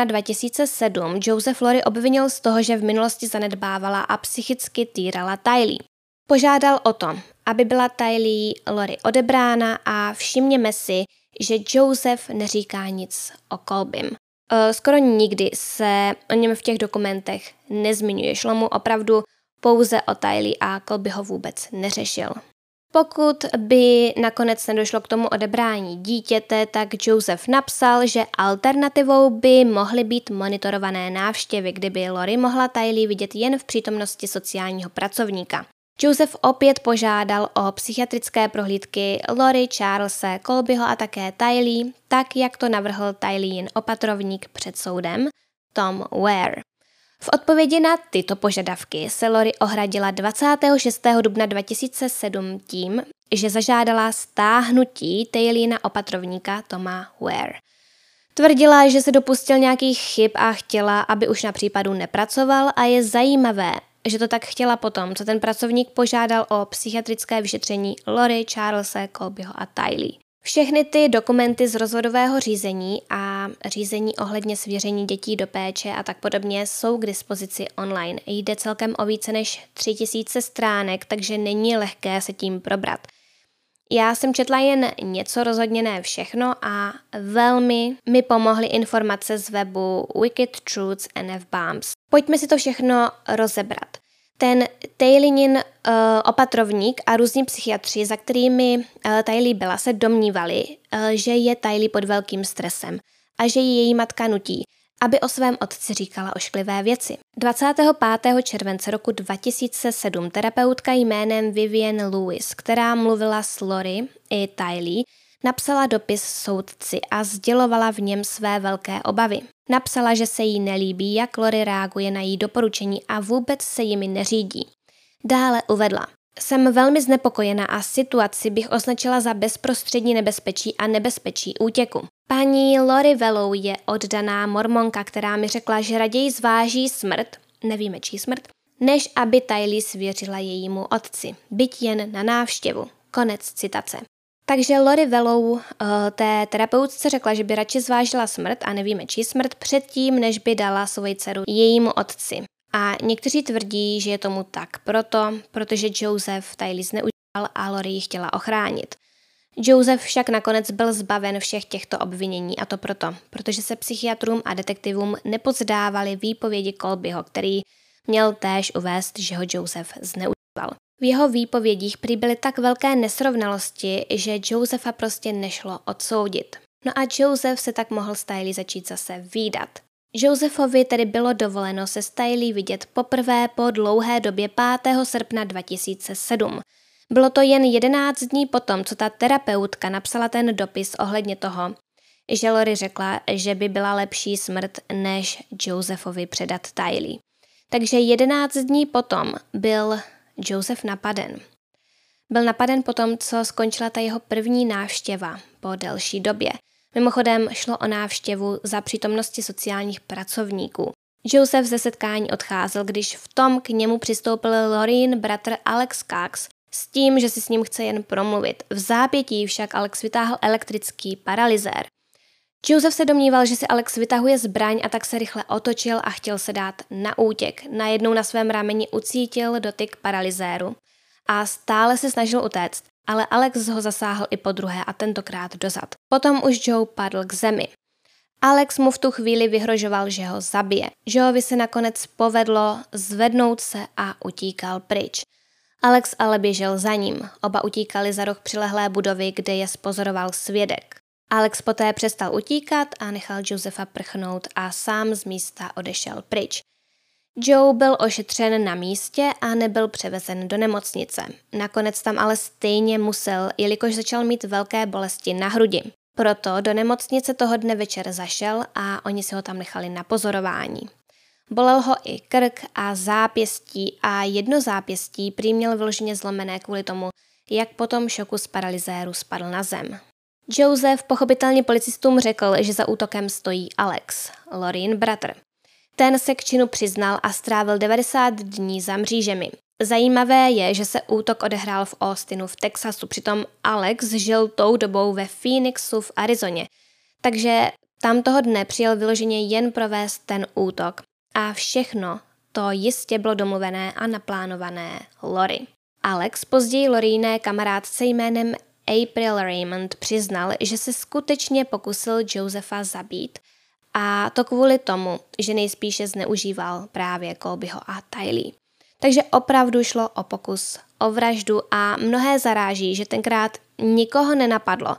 2007 Joseph Lori obvinil z toho, že v minulosti zanedbávala a psychicky týrala Tylee. Požádal o to, aby byla Tylee Lori odebrána a všimněme si, že Joseph neříká nic o Colbym. Skoro nikdy se o něm v těch dokumentech nezmiňuje. Šlo mu opravdu pouze o Tylee a Colby ho vůbec neřešil. Pokud by nakonec nedošlo k tomu odebrání dítěte, tak Joseph napsal, že alternativou by mohly být monitorované návštěvy, kdyby Lori mohla Tylee vidět jen v přítomnosti sociálního pracovníka. Joseph opět požádal o psychiatrické prohlídky Lori, Charlese, Colbyho a také Tylee, tak jak to navrhl Tyleen opatrovník před soudem Tom Ware. V odpovědi na tyto požadavky se Lori ohradila 26. dubna 2007 tím, že zažádala stáhnutí Tyleena opatrovníka Toma Ware. Tvrdila, že se dopustil nějakých chyb a chtěla, aby už na případu nepracoval a je zajímavé, že to tak chtěla potom, co ten pracovník požádal o psychiatrické vyšetření Lori, Charlese, Colbyho a Tylee. Všechny ty dokumenty z rozvodového řízení a řízení ohledně svěření dětí do péče a tak podobně jsou k dispozici online. Jde celkem o více než 3000 stránek, takže není lehké se tím probrat. Já jsem četla jen něco, rozhodně ne všechno a velmi mi pomohly informace z webu Wicked Truths and F-Bombs. Pojďme si to všechno rozebrat. Ten Tyleenin opatrovník a různí psychiatři, za kterými Tylee byla, se domnívali, že je Tylee pod velkým stresem a že ji její matka nutí, aby o svém otci říkala ošklivé věci. 25. července roku 2007 terapeutka jménem Vivian Lewis, která mluvila s Lori i Tylee, napsala dopis soudci a sdělovala v něm své velké obavy. Napsala, že se jí nelíbí, jak Lori reaguje na její doporučení a vůbec se jimi neřídí. Dále uvedla: Jsem velmi znepokojena a situaci bych označila za bezprostřední nebezpečí a nebezpečí útěku. Paní Lori Vallow je oddaná mormonka, která mi řekla, že raději zváží smrt, nevíme čí smrt, než aby Tylee svěřila jejímu otci, byť jen na návštěvu. Konec citace. Takže Lori Vallow té terapeutce řekla, že by radši zvážila smrt a nevíme čí smrt předtím, než by dala svoji dceru jejímu otci. A někteří tvrdí, že je tomu tak protože Joseph Tylee zneužíval a Lori ji chtěla ochránit. Joseph však nakonec byl zbaven všech těchto obvinění a to protože se psychiatrům a detektivům nepodzdávali výpovědi Colbyho, který měl též uvést, že ho Joseph zneužíval. V jeho výpovědích prý byly tak velké nesrovnalosti, že Josepha prostě nešlo odsoudit. No a Joseph se tak mohl s Tylee začít zase vídat. Josephovi tedy bylo dovoleno se s Tylee vidět poprvé po dlouhé době 5. srpna 2007. Bylo to jen 11 dní potom, co ta terapeutka napsala ten dopis ohledně toho, že Lori řekla, že by byla lepší smrt, než Josephovi předat Tylee. Takže 11 dní potom byl Joseph napaden. Byl napaden potom, co skončila ta jeho první návštěva po delší době. Mimochodem šlo o návštěvu za přítomnosti sociálních pracovníků. Joseph ze setkání odcházel, když v tom k němu přistoupil Lorraine bratr Alex Cox s tím, že si s ním chce jen promluvit. V zápětí však Alex vytáhl elektrický paralyzér. Joseph se domníval, že si Alex vytahuje zbraň, a tak se rychle otočil a chtěl se dát na útěk. Najednou na svém rameni ucítil dotyk paralyzéru a stále se snažil utéct, ale Alex ho zasáhl i podruhé a tentokrát dozad. Potom už Joe padl k zemi. Alex mu v tu chvíli vyhrožoval, že ho zabije. Joeovi se nakonec povedlo zvednout se a utíkal pryč. Alex ale běžel za ním. Oba utíkali za roh přilehlé budovy, kde je spozoroval svědek. Alex poté přestal utíkat a nechal Josepha prchnout a sám z místa odešel pryč. Joe byl ošetřen na místě a nebyl převezen do nemocnice. Nakonec tam ale stejně musel, jelikož začal mít velké bolesti na hrudi. Proto do nemocnice toho dne večer zašel a oni si ho tam nechali na pozorování. Bolel ho i krk a zápěstí a jedno zápěstí prý měl vyloženě zlomené kvůli tomu, jak po tom šoku z paralyzéru spadl na zem. Joseph pochopitelně policistům řekl, že za útokem stojí Alex, Lorraine bratr. Ten se k činu přiznal a strávil 90 dní za mřížemi. Zajímavé je, že se útok odehrál v Austinu v Texasu, přitom Alex žil tou dobou ve Phoenixu v Arizoně, takže tam toho dne přijel vyloženě jen provést ten útok. A všechno to jistě bylo domluvené a naplánované Lori. Alex později Lorrainé kamarádce jménem April Raymond přiznal, že se skutečně pokusil Josepha zabít, a to kvůli tomu, že nejspíše zneužíval právě Colbyho a Tylee. Takže opravdu šlo o pokus o vraždu a mnohé zaráží, že tenkrát nikoho nenapadlo,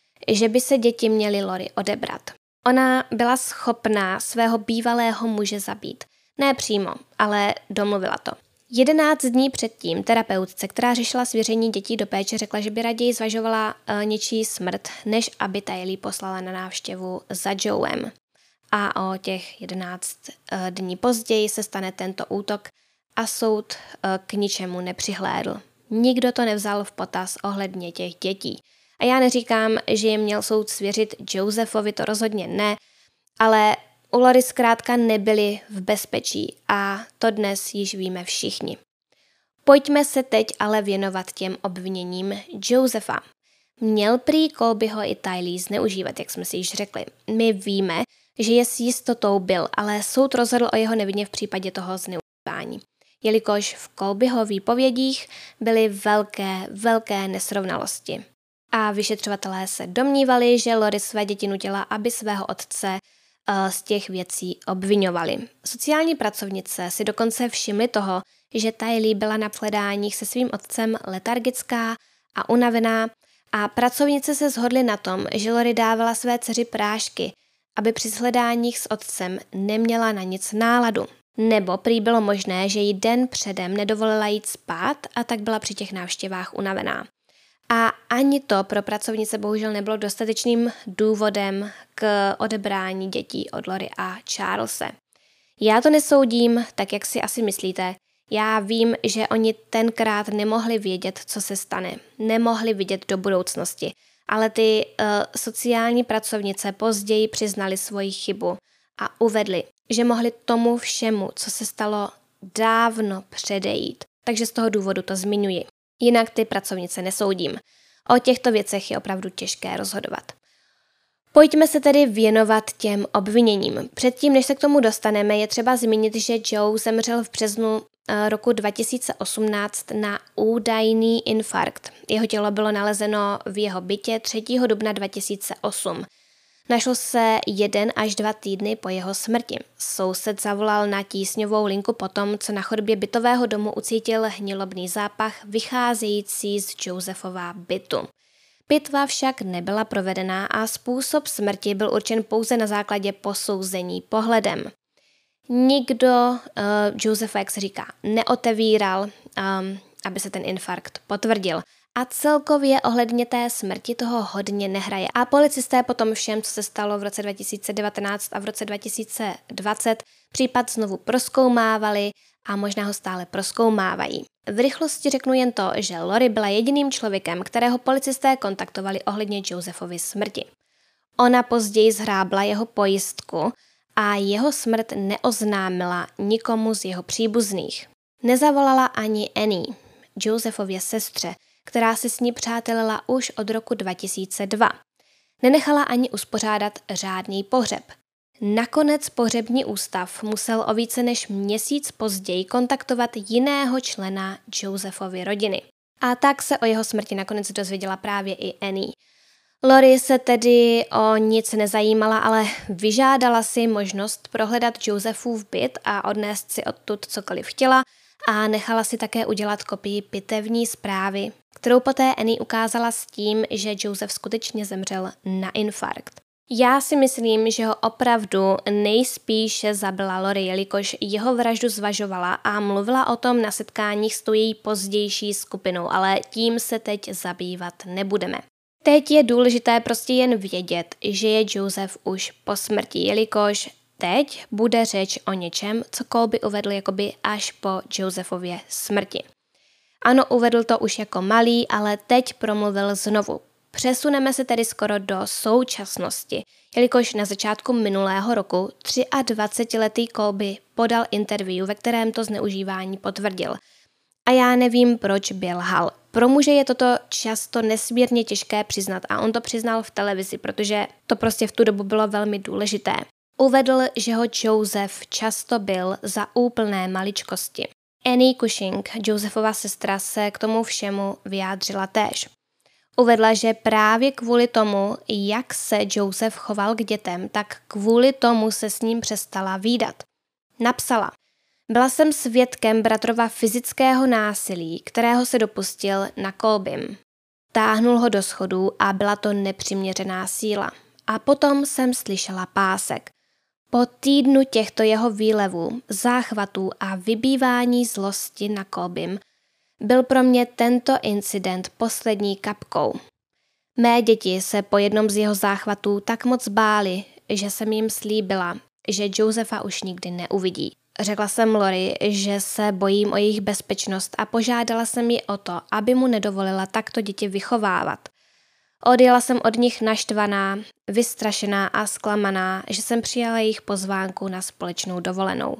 že by se děti měly Lori odebrat. Ona byla schopná svého bývalého muže zabít. Ne přímo, ale domluvila to. 11 dní předtím terapeutce, která řešila svěření dětí do péče, řekla, že by raději zvažovala něčí smrt, než aby Tylee poslala na návštěvu za Joem. A o těch 11 dní později se stane tento útok a soud k ničemu nepřihlédl. Nikdo to nevzal v potaz ohledně těch dětí. A já neříkám, že je měl soud svěřit Josephovi, to rozhodně ne, ale u Lori zkrátka nebyli v bezpečí a to dnes již víme všichni. Pojďme se teď ale věnovat těm obviněním Josepha. Měl prý Colbyho i Tylee zneužívat, jak jsme si již řekli. My víme, že je s jistotou byl, ale soud rozhodl o jeho nevině v případě toho zneužívání. Jelikož v Colbyho výpovědích byly velké nesrovnalosti. A vyšetřovatelé se domnívali, že Lori své děti nutila, aby svého otce z těch věcí obviňovali. Sociální pracovnice si dokonce všimly toho, že Tylee byla na shledáních se svým otcem letargická a unavená a pracovnice se shodly na tom, že Lori dávala své dceři prášky, aby při shledáních s otcem neměla na nic náladu. Nebo prý bylo možné, že jí den předem nedovolila jít spát a tak byla při těch návštěvách unavená. A ani to pro pracovnice bohužel nebylo dostatečným důvodem k odebrání dětí od Lori a Charlese. Já to nesoudím, tak jak si asi myslíte. Já vím, že oni tenkrát nemohli vědět, co se stane. Nemohli vidět do budoucnosti. Ale ty sociální pracovnice později přiznali svoji chybu a uvedli, že mohli tomu všemu, co se stalo, dávno předejít. Takže z toho důvodu to zmiňuji. Jinak ty pracovnice nesoudím. O těchto věcech je opravdu těžké rozhodovat. Pojďme se tedy věnovat těm obviněním. Předtím, než se k tomu dostaneme, je třeba zmínit, že Joe zemřel v březnu roku 2018 na údajný infarkt. Jeho tělo bylo nalezeno v jeho bytě 3. dubna 2008. Našlo se 1 až 2 týdny po jeho smrti. Soused zavolal na tísňovou linku potom, co na chodbě bytového domu ucítil hnilobný zápach vycházející z Josephova bytu. Pitva však nebyla provedená a způsob smrti byl určen pouze na základě posouzení pohledem. Nikdo Josepha, jak se říká, neotevíral, aby se ten infarkt potvrdil. A celkově ohledně té smrti toho hodně nehraje. A policisté potom všem, co se stalo v roce 2019 a v roce 2020, případ znovu prozkoumávali a možná ho stále prozkoumávají. V rychlosti řeknu jen to, že Lori byla jediným člověkem, kterého policisté kontaktovali ohledně Josephovy smrti. Ona později zhrábla jeho pojistku a jeho smrt neoznámila nikomu z jeho příbuzných. Nezavolala ani Annie, Josephově sestře, která se s ní přátelila už od roku 2002. Nenechala ani uspořádat řádný pohřeb. Nakonec pohřební ústav musel o více než měsíc později kontaktovat jiného člena Josephovy rodiny. A tak se o jeho smrti nakonec dozvěděla právě i Annie. Lori se tedy o nic nezajímala, ale vyžádala si možnost prohledat Josephův byt a odnést si odtud cokoliv chtěla a nechala si také udělat kopii pitevní zprávy, kterou poté Annie ukázala s tím, že Joseph skutečně zemřel na infarkt. Já si myslím, že ho opravdu nejspíše zabila Lori, jelikož jeho vraždu zvažovala a mluvila o tom na setkáních s tou její pozdější skupinou, ale tím se teď zabývat nebudeme. Teď je důležité prostě jen vědět, že je Joseph už po smrti, jelikož teď bude řeč o něčem, co Colby uvedl jakoby až po Josephově smrti. Ano, uvedl to už jako malý, ale teď promluvil znovu. Přesuneme se tedy skoro do současnosti, jelikož na začátku minulého roku 23letý Colby podal interview, ve kterém to zneužívání potvrdil. A já nevím, proč by lhal. Pro muže je toto často nesmírně těžké přiznat a on to přiznal v televizi, protože to prostě v tu dobu bylo velmi důležité. Uvedl, že ho Joseph často byl za úplné maličkosti. Annie Cushing, Josephova sestra, se k tomu všemu vyjádřila též. Uvedla, že právě kvůli tomu, jak se Joseph choval k dětem, tak kvůli tomu se s ním přestala vídat. Napsala: Byla jsem svědkem bratrova fyzického násilí, kterého se dopustil na Colbym. Táhnul ho do schodů a byla to nepřiměřená síla. A potom jsem slyšela pásek. Po týdnu těchto jeho výlevů, záchvatů a vybývání zlosti na Colbym byl pro mě tento incident poslední kapkou. Mé děti se po jednom z jeho záchvatů tak moc bály, že jsem jim slíbila, že Josepha už nikdy neuvidí. Řekla jsem Lori, že se bojím o jejich bezpečnost a požádala jsem ji o to, aby mu nedovolila takto děti vychovávat. Odjela jsem od nich naštvaná, vystrašená a zklamaná, že jsem přijala jejich pozvánku na společnou dovolenou.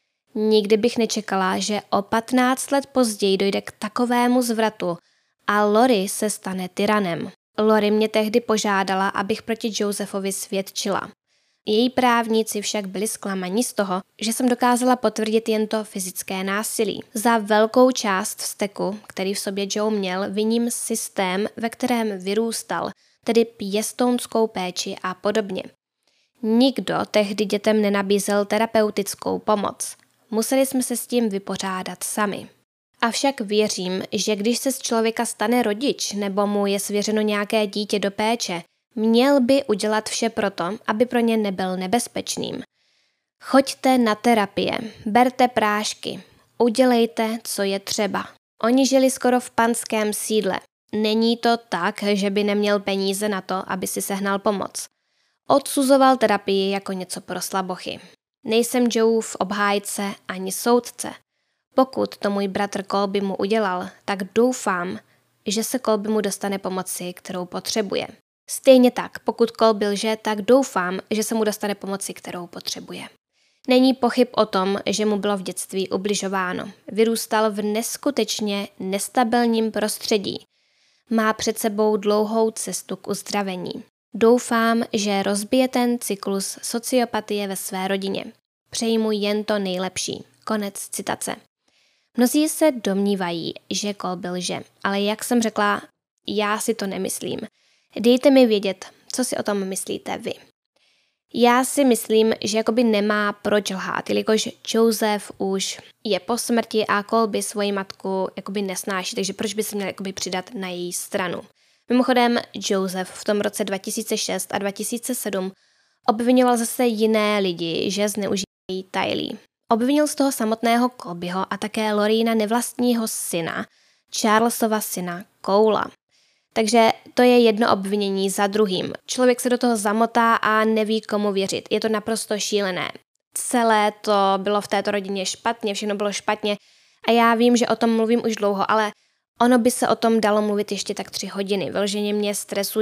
Nikdy bych nečekala, že o 15 let později dojde k takovému zvratu a Lori se stane tyranem. Lori mě tehdy požádala, abych proti Josephovi svědčila. Její právníci však byli zklamaní z toho, že jsem dokázala potvrdit jen to fyzické násilí. Za velkou část vzteku, který v sobě Joe měl, viním systém, ve kterém vyrůstal, tedy pěstounskou péči a podobně. Nikdo tehdy dětem nenabízel terapeutickou pomoc. Museli jsme se s tím vypořádat sami. Avšak věřím, že když se z člověka stane rodič nebo mu je svěřeno nějaké dítě do péče, měl by udělat vše proto, aby pro ně nebyl nebezpečným. Choďte na terapie, berte prášky, udělejte, co je třeba. Oni žili skoro v panském sídle. Není to tak, že by neměl peníze na to, aby si sehnal pomoc. Odsuzoval terapii jako něco pro slabochy. Nejsem Joeův obhájce ani soudce. Pokud to můj bratr Colby mu udělal, tak doufám, že se Colby mu dostane pomoci, kterou potřebuje. Stejně tak, pokud Colby lže, tak doufám, že se mu dostane pomoci, kterou potřebuje. Není pochyb o tom, že mu bylo v dětství ubližováno. Vyrůstal v neskutečně nestabilním prostředí. Má před sebou dlouhou cestu k uzdravení. Doufám, že rozbije ten cyklus sociopatie ve své rodině. Přeji mu jen to nejlepší. Konec citace. Mnozí se domnívají, že Colby lže, ale jak jsem řekla, já si to nemyslím. Dejte mi vědět, co si o tom myslíte vy. Já si myslím, že jakoby nemá proč lhát, jelikož Joseph už je po smrti a Colby svoji matku jakoby nesnáší, takže proč by se měl jakoby přidat na její stranu. Mimochodem, Joseph v tom roce 2006 a 2007 obvinoval zase jiné lidi, že zneužívají Tylee. Obvinil z toho samotného Colbyho a také Lorina nevlastního syna, Charlesova syna Cola. Takže to je jedno obvinění za druhým. Člověk se do toho zamotá a neví, komu věřit. Je to naprosto šílené. Celé to bylo v této rodině špatně, všechno bylo špatně a já vím, že o tom mluvím už dlouho, ale ono by se o tom dalo mluvit ještě tak 3 hodiny. Vyloženě mě stresuje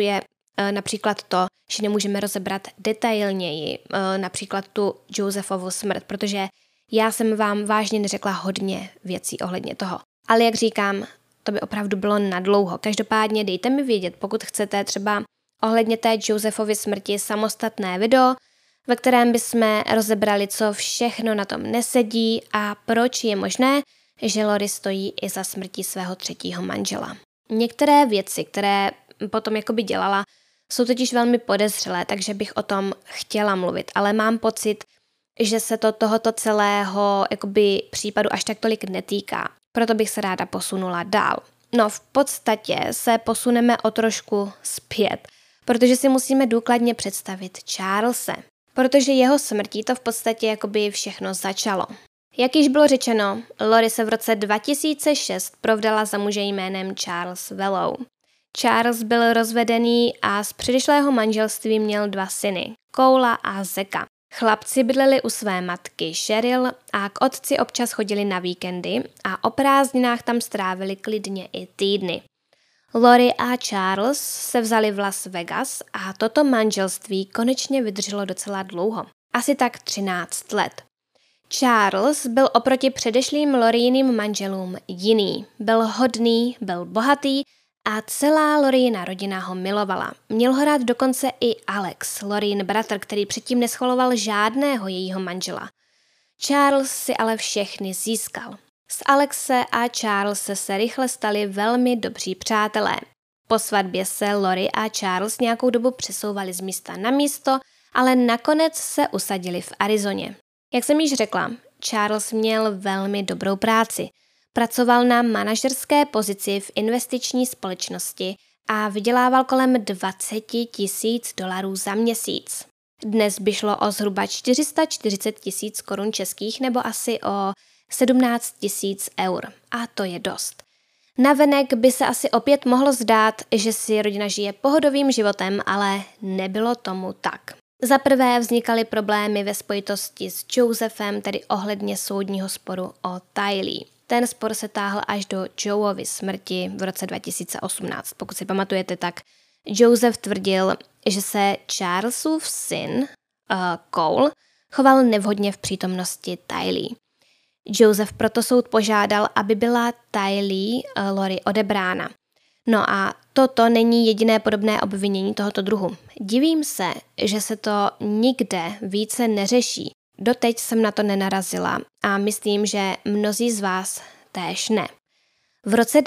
Například to, že nemůžeme rozebrat detailněji například tu Josephovu smrt, protože já jsem vám vážně neřekla hodně věcí ohledně toho. Ale jak říkám, to by opravdu bylo nadlouho. Každopádně dejte mi vědět, pokud chcete třeba ohledně té Josephovy smrti samostatné video, ve kterém bychom rozebrali, co všechno na tom nesedí a proč je možné, že Lori stojí i za smrtí svého 3. manžela. Některé věci, které potom jakoby dělala, jsou totiž velmi podezřelé, takže bych o tom chtěla mluvit, ale mám pocit, že se to tohoto celého jakoby případu až tak tolik netýká. Proto bych se ráda posunula dál. No, v podstatě se posuneme o trošku zpět, protože si musíme důkladně představit Charlese, protože jeho smrtí to v podstatě jakoby všechno začalo. Jak již bylo řečeno, Lori se v roce 2006 provdala za muže jménem Charles Vellow. Charles byl rozvedený a z předešlého manželství měl 2 syny, Cola a Zacka. Chlapci bydleli u své matky Cheryl a k otci občas chodili na víkendy a o prázdninách tam strávili klidně i týdny. Lori a Charles se vzali v Las Vegas a toto manželství konečně vydrželo docela dlouho, asi tak 13 let. Charles byl oproti předešlým Loriným manželům jiný, byl hodný, byl bohatý a celá Lorina rodina ho milovala. Měl ho rád dokonce i Alex, Lorin bratr, který předtím neschvaloval žádného jejího manžela. Charles si ale všechny získal. Z Alexe a Charlese se rychle stali velmi dobří přátelé. Po svatbě se Lori a Charles nějakou dobu přesouvali z místa na místo, ale nakonec se usadili v Arizoně. Jak jsem již řekla, Charles měl velmi dobrou práci. Pracoval na manažerské pozici v investiční společnosti a vydělával kolem $20,000 za měsíc. Dnes by šlo o zhruba 440 000 korun českých nebo asi o 17 000 eur. A to je dost. Navenek by se asi opět mohlo zdát, že si rodina žije pohodovým životem, ale nebylo tomu tak. Za prvé vznikaly problémy ve spojitosti s Josephem, tedy ohledně soudního sporu o Tylee. Ten spor se táhl až do Joeovy smrti v roce 2018. Pokud si pamatujete, tak Joseph tvrdil, že se Charlesův syn Cole choval nevhodně v přítomnosti Tylee. Joseph proto soud požádal, aby byla Tylee Lori odebrána. No a toto není jediné podobné obvinění tohoto druhu. Divím se, že se to nikde více neřeší. Doteď jsem na to nenarazila a myslím, že mnozí z vás též ne. V roce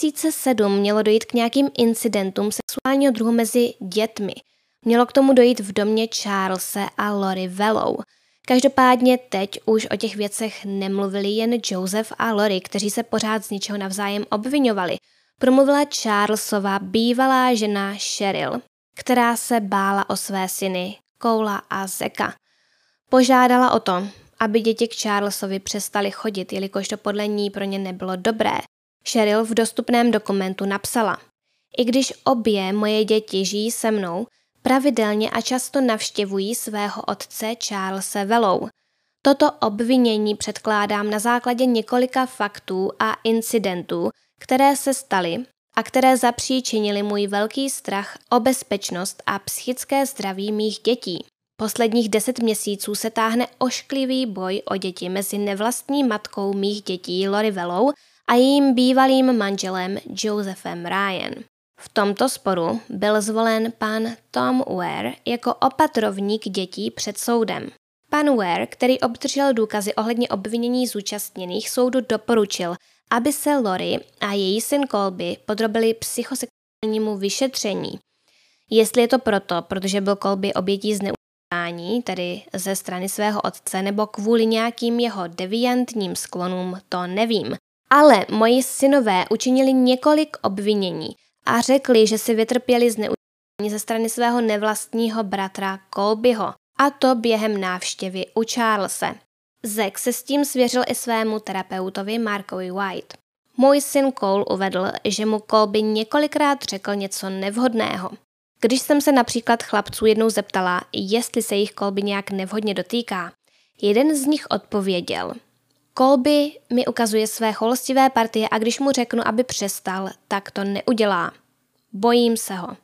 2007 mělo dojít k nějakým incidentům sexuálního druhu mezi dětmi. Mělo k tomu dojít v domě Charlese a Lori Vellow. Každopádně teď už o těch věcech nemluvili jen Joseph a Lori, kteří se pořád z ničeho navzájem obviňovali. Promluvila Charlesova bývalá žena Cheryl, která se bála o své syny Cola a Zacka. Požádala o to, aby děti k Charlesovi přestali chodit, jelikož to podle ní pro ně nebylo dobré. Cheryl v dostupném dokumentu napsala: I když obě moje děti žijí se mnou, pravidelně a často navštěvují svého otce Charlese Vellow. Toto obvinění předkládám na základě několika faktů a incidentů, které se staly a které zapříčinily můj velký strach o bezpečnost a psychické zdraví mých dětí. Posledních 10 měsíců se táhne ošklivý boj o děti mezi nevlastní matkou mých dětí Lori Vellow a jejím bývalým manželem Josephem Ryan. V tomto sporu byl zvolen pan Tom Ware jako opatrovník dětí před soudem. Pan Ware, který obdržel důkazy ohledně obvinění zúčastněných, soudu doporučil, aby se Lori a její syn Colby podrobili psychosexuálnímu vyšetření. Jestli je to proto, protože byl Colby obětí zneužívání, tedy ze strany svého otce, nebo kvůli nějakým jeho deviantním sklonům, to nevím. Ale moji synové učinili několik obvinění a řekli, že si vytrpěli zneužívání ze strany svého nevlastního bratra Colbyho, a to během návštěvy u Charlese. Zack se s tím svěřil i svému terapeutovi Markovi White. Můj syn Cole uvedl, že mu Colby několikrát řekl něco nevhodného. Když jsem se například chlapců jednou zeptala, jestli se jich Colby nějak nevhodně dotýká, jeden z nich odpověděl: Colby mi ukazuje své choulostivé partie a když mu řeknu, aby přestal, tak to neudělá. Bojím se ho.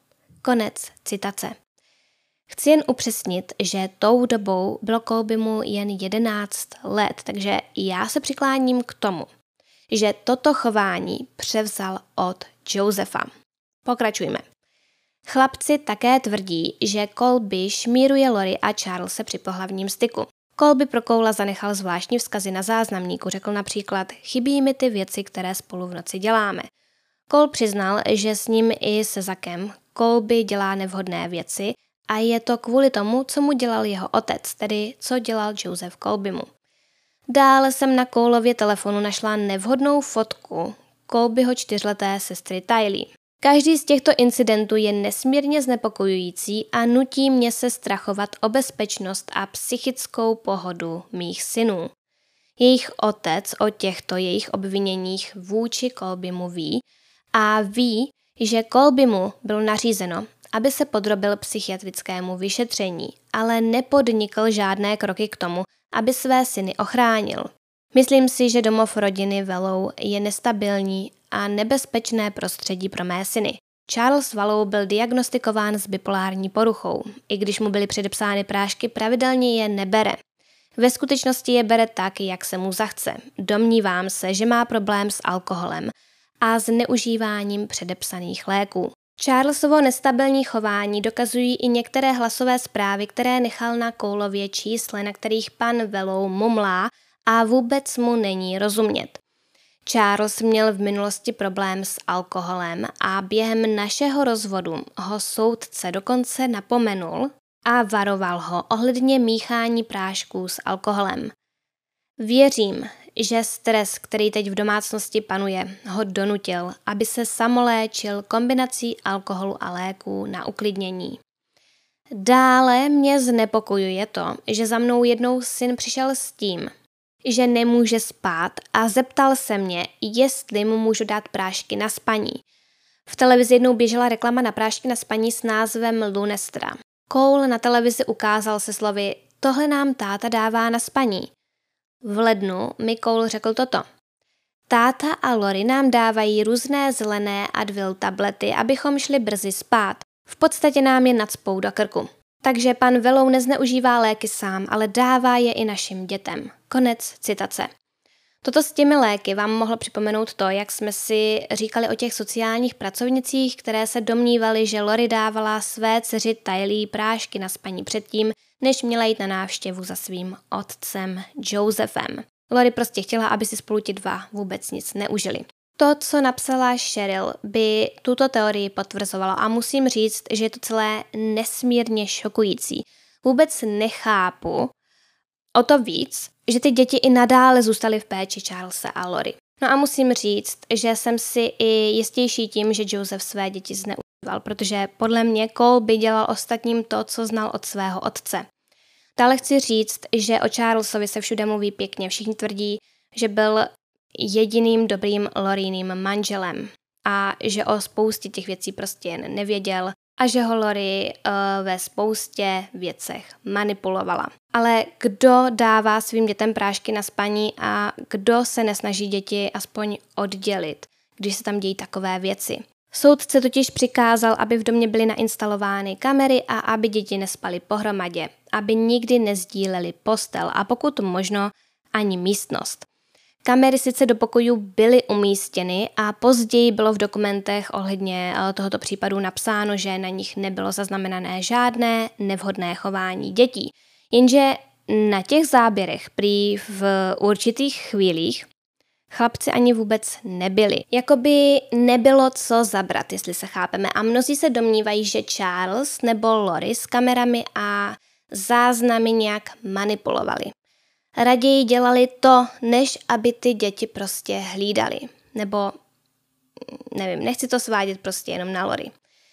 Konec citace. Chci jen upřesnit, že tou dobou bylo Colbymu jen 11 let, takže já se přikláním k tomu, že toto chování převzal od Josepha. Pokračujme. Chlapci také tvrdí, že Colby šmíruje Lori a Charlese při pohlavním styku. Colby pro Cola zanechal zvláštní vzkazy na záznamníku, řekl například: chybí mi ty věci, které spolu v noci děláme. Cole přiznal, že s ním i se Zackem Colby dělá nevhodné věci a je to kvůli tomu, co mu dělal jeho otec, tedy co dělal Joseph Colbymu. Dále jsem na Coleově telefonu našla nevhodnou fotku Colbyho 4leté sestry Tylee. Každý z těchto incidentů je nesmírně znepokojující a nutí mě se strachovat o bezpečnost a psychickou pohodu mých synů. Jejich otec o těchto jejich obviněních vůči Colbymu ví a ví, že Colbymu bylo nařízeno, aby se podrobil psychiatrickému vyšetření, ale nepodnikl žádné kroky k tomu, aby své syny ochránil. Myslím si, že domov rodiny Vallow je nestabilní a nebezpečné prostředí pro mé syny. Charles Vallow byl diagnostikován s bipolární poruchou. I když mu byly předepsány prášky, pravidelně je nebere. Ve skutečnosti je bere tak, jak se mu zachce. Domnívám se, že má problém s alkoholem a s neužíváním předepsaných léků. Charlesovo nestabilní chování dokazují i některé hlasové zprávy, které nechal na Coleově čísle, na kterých pan Vallow mumlá a vůbec mu není rozumět. Charles měl v minulosti problém s alkoholem a během našeho rozvodu ho soudce dokonce napomenul a varoval ho ohledně míchání prášků s alkoholem. Věřím, že stres, který teď v domácnosti panuje, ho donutil, aby se samoléčil kombinací alkoholu a léků na uklidnění. Dále mě znepokojuje to, že za mnou jednou syn přišel s tím, že nemůže spát a zeptal se mě, jestli mu můžu dát prášky na spaní. V televizi jednou běžela reklama na prášky na spaní s názvem Lunestra. Cole na televizi ukázal se slovy: tohle nám táta dává na spaní. V lednu mi Cole řekl toto: táta a Lori nám dávají různé zelené Advil tablety, abychom šli brzy spát. V podstatě nám je nacpou do krku. Takže pan Vallow nezneužívá léky sám, ale dává je i našim dětem. Konec citace. Toto s těmi léky vám mohlo připomenout to, jak jsme si říkali o těch sociálních pracovnicích, které se domnívaly, že Lori dávala své dceři Tylee prášky na spaní předtím, než měla jít na návštěvu za svým otcem Josephem. Lori prostě chtěla, aby si spolu ti dva vůbec nic neužili. To, co napsala Cheryl, by tuto teorii potvrzovalo a musím říct, že je to celé nesmírně šokující. Vůbec nechápu o to víc, že ty děti i nadále zůstaly v péči Charlesa a Lori. No a musím říct, že jsem si i jistější tím, že Joseph své děti zneužíval, protože podle mě Cole by dělal ostatním to, co znal od svého otce. Dále chci říct, že o Charlesovi se všude mluví pěkně. Všichni tvrdí, že byl jediným dobrým Loriným manželem a že o spoustě těch věcí prostě jen nevěděl a že ho Lori ve spoustě věcech manipulovala. Ale kdo dává svým dětem prášky na spaní a kdo se nesnaží děti aspoň oddělit, když se tam dějí takové věci? Soudce totiž přikázal, aby v domě byly nainstalovány kamery a aby děti nespaly pohromadě, aby nikdy nezdíleli postel a pokud možno ani místnost. Kamery sice do pokojů byly umístěny a později bylo v dokumentech ohledně tohoto případu napsáno, že na nich nebylo zaznamenané žádné nevhodné chování dětí. Jenže na těch záběrech prý v určitých chvílích chlapci ani vůbec nebyli. Jakoby nebylo co zabrat, jestli se chápeme. A mnozí se domnívají, že Charles nebo Lori s kamerami a záznamy nějak manipulovali. Raději dělali to, než aby ty děti prostě hlídali. Nebo, nevím, nechci to svádět prostě jenom na Lori.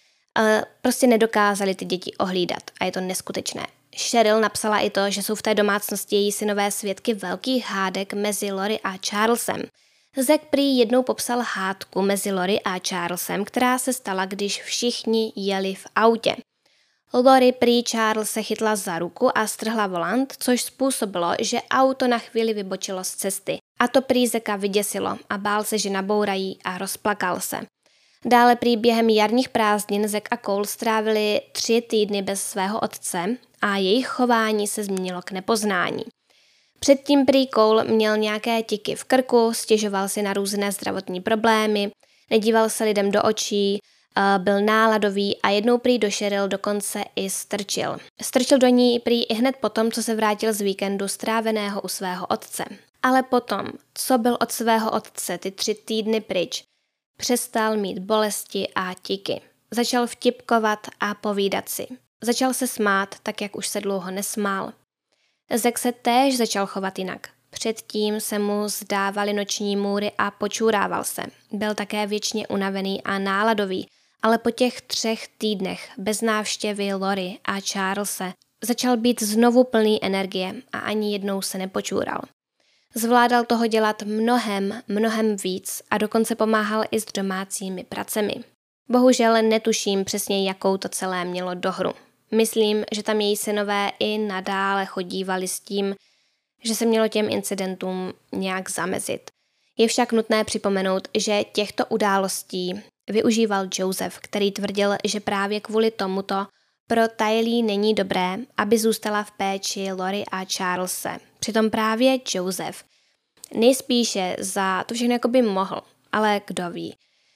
Prostě nedokázali ty děti ohlídat a je to neskutečné. Cheryl napsala i to, že jsou v té domácnosti její synové svědky velkých hádek mezi Lori a Charlesem. Zack prý jednou popsal hádku mezi Lori a Charlesem, která se stala, když všichni jeli v autě. Lori prý Charles se chytla za ruku a strhla volant, což způsobilo, že auto na chvíli vybočilo z cesty. A to prý Zacka vyděsilo a bál se, že nabourají a rozplakal se. Dále prý během jarních prázdnin Zack a Cole strávili 3 týdny bez svého otce a jejich chování se změnilo k nepoznání. Předtím prý Cole měl nějaké tiky v krku, stěžoval si na různé zdravotní problémy, nedíval se lidem do očí, byl náladový a jednou prý došeril, dokonce i strčil. Strčil do ní prý i hned potom, co se vrátil z víkendu stráveného u svého otce. Ale potom, co byl od svého otce ty 3 týdny pryč, přestal mít bolesti a tiky. Začal vtipkovat a povídat si. Začal se smát, tak jak už se dlouho nesmál. Zack se též začal chovat jinak. Předtím se mu zdávaly noční můry a počurával se. Byl také věčně unavený a náladový, ale po těch 3 týdnech bez návštěvy Lori a Charlese začal být znovu plný energie a ani jednou se nepočůral. Zvládal toho dělat mnohem víc a dokonce pomáhal i s domácími pracemi. Bohužel netuším přesně, jakou to celé mělo dohru. Myslím, že tam její synové i nadále chodívali s tím, že se mělo těm incidentům nějak zamezit. Je však nutné připomenout, že těchto událostí využíval Joseph, který tvrdil, že právě kvůli tomuto pro Tylee není dobré, aby zůstala v péči Lori a Charlese. Přitom právě Joseph nejspíše za to všechno jako by mohl, ale kdo ví.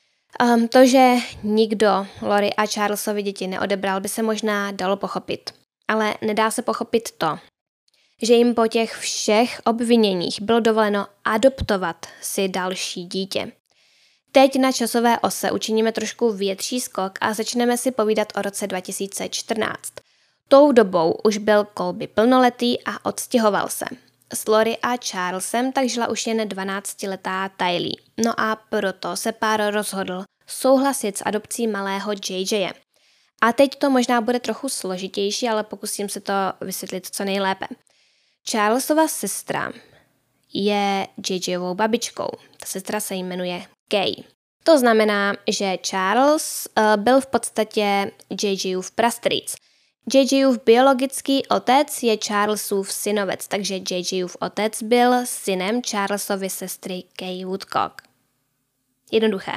To, že nikdo Lori a Charlesovi děti neodebral, by se možná dalo pochopit. Ale nedá se pochopit to, že jim po těch všech obviněních bylo dovoleno adoptovat si další dítě. Teď na časové ose učiníme trošku větší skok a začneme si povídat o roce 2014. Tou dobou už byl Colby plnoletý a odstěhoval se. S Lori a Charlesem tak žila už jen 12letá Tylee. No a proto se pár rozhodl souhlasit s adopcí malého JJ. A teď to možná bude trochu složitější, ale pokusím se to vysvětlit co nejlépe. Charlesova sestra je JJovou babičkou. Ta sestra se jmenuje Kay. To znamená, že Charles byl v podstatě JJův prastrýc. JJův biologický otec je Charlesův synovec, takže JJův otec byl synem Charlesovy sestry Kay Woodcock. Jednoduché.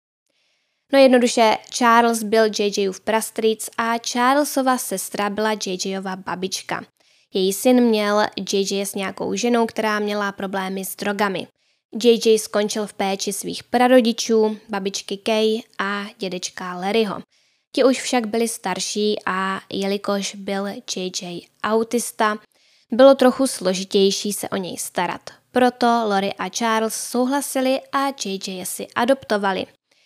No jednoduše, Charles byl JJův prastrýc a Charlesova sestra byla JJova babička. Její syn měl JJ s nějakou ženou, která měla problémy s drogami. JJ skončil v péči svých prarodičů, babičky Kay a dědečka Larryho. Ti už však byli starší a jelikož byl JJ autista, bylo trochu složitější se o něj starat. Proto Lori a Charles souhlasili a JJ si adoptovali.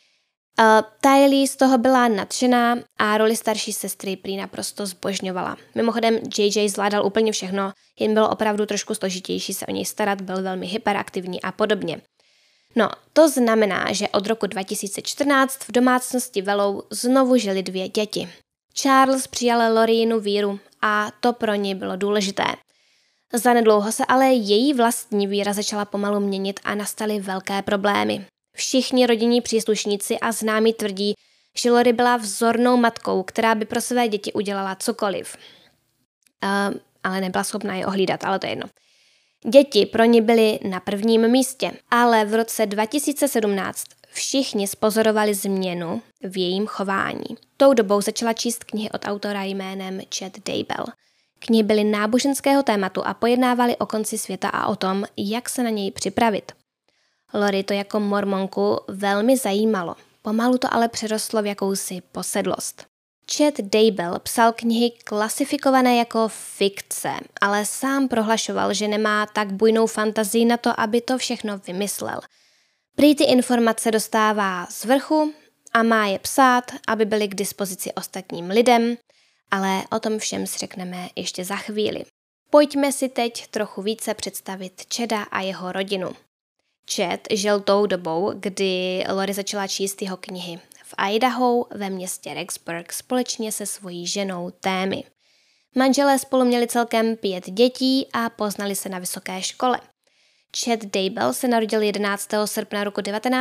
Tylee z toho byla nadšená a roli starší sestry prý naprosto zbožňovala. Mimochodem JJ zvládal úplně všechno, jen bylo opravdu trošku složitější se o něj starat, byl velmi hyperaktivní a podobně. No, to znamená, že od roku 2014 v domácnosti Velou znovu žili 2 děti. Charles přijal Loriinu víru a to pro něj bylo důležité. Zanedlouho se ale její vlastní víra začala pomalu měnit a nastaly velké problémy. Všichni rodinní příslušníci a známí tvrdí, že Lori byla vzornou matkou, která by pro své děti udělala cokoliv. Ale nebyla schopná je ohlídat, ale to je jedno. Děti pro ní byly na prvním místě, ale v roce 2017 všichni spozorovali změnu v jejím chování. Tou dobou začala číst knihy od autora jménem Chad Daybell. Knihy byly náboženského tématu a pojednávaly o konci světa a o tom, jak se na něj připravit. Lori to jako mormonku velmi zajímalo, pomalu to ale přerostlo v jakousi posedlost. Chad Daybell psal knihy klasifikované jako fikce, ale sám prohlašoval, že nemá tak bujnou fantazii na to, aby to všechno vymyslel. Prý ty informace dostává z vrchu a má je psát, aby byly k dispozici ostatním lidem, ale o tom všem si řekneme ještě za chvíli. Pojďme si teď trochu více představit Chada a jeho rodinu. Chad žil tou dobou, kdy Lori začala číst jeho knihy v Idaho ve městě Rexburg společně se svojí ženou Tammy. Manželé spolu měli celkem 5 dětí a poznali se na vysoké škole. Chad Daybell se narodil 11. srpna roku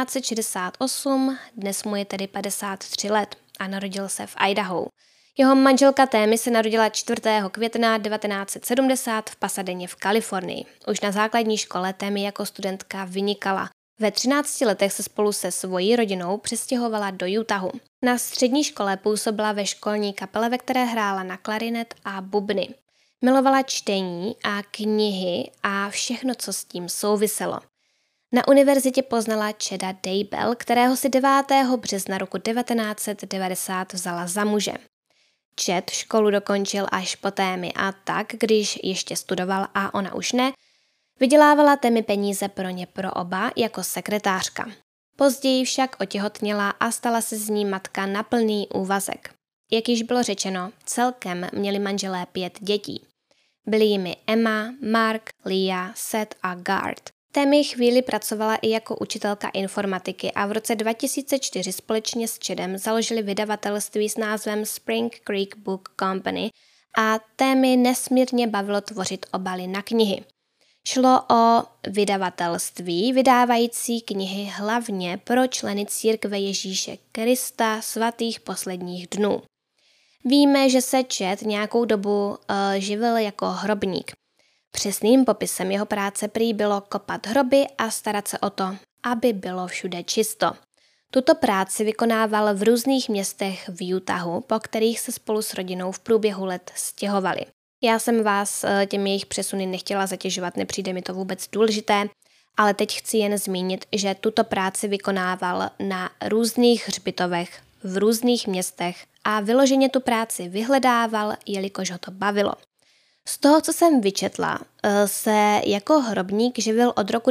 1968, dnes mu je tedy 53 let a narodil se v Idaho. Jeho manželka Tammy se narodila 4. května 1970 v Pasadeně v Kalifornii. Už na základní škole Tammy jako studentka vynikala. Ve 13 letech se spolu se svojí rodinou přestěhovala do Utahu. Na střední škole působila ve školní kapele, ve které hrála na klarinet a bubny. Milovala čtení a knihy a všechno, co s tím souviselo. Na univerzitě poznala Chada Daybell, kterého si 9. března roku 1990 vzala za muže. Chad školu dokončil až po Témi a tak, když ještě studoval a ona už ne, vydělávala Témi peníze pro ně pro oba jako sekretářka. Později však otěhotněla a stala se z ní matka na plný úvazek. Jak již bylo řečeno, celkem měli manželé 5 dětí. Byly jimi Emma, Mark, Leah, Seth a Gard. Témi chvíli pracovala i jako učitelka informatiky a v roce 2004 společně s Chadem založili vydavatelství s názvem Spring Creek Book Company a Témi nesmírně bavilo tvořit obaly na knihy. Šlo o vydavatelství vydávající knihy hlavně pro členy církve Ježíše Krista svatých posledních dnů. Víme, že se Chad nějakou dobu živil jako hrobník. Přesným popisem jeho práce prý bylo kopat hroby a starat se o to, aby bylo všude čisto. Tuto práci vykonával v různých městech v Utahu, po kterých se spolu s rodinou v průběhu let stěhovali. Já jsem vás těmi jejich přesuny nechtěla zatěžovat, nepřijde mi to vůbec důležité, ale teď chci jen zmínit, že tuto práci vykonával na různých hřbitovech v různých městech a vyloženě tu práci vyhledával, jelikož ho to bavilo. Z toho, co jsem vyčetla, se jako hrobník živil od roku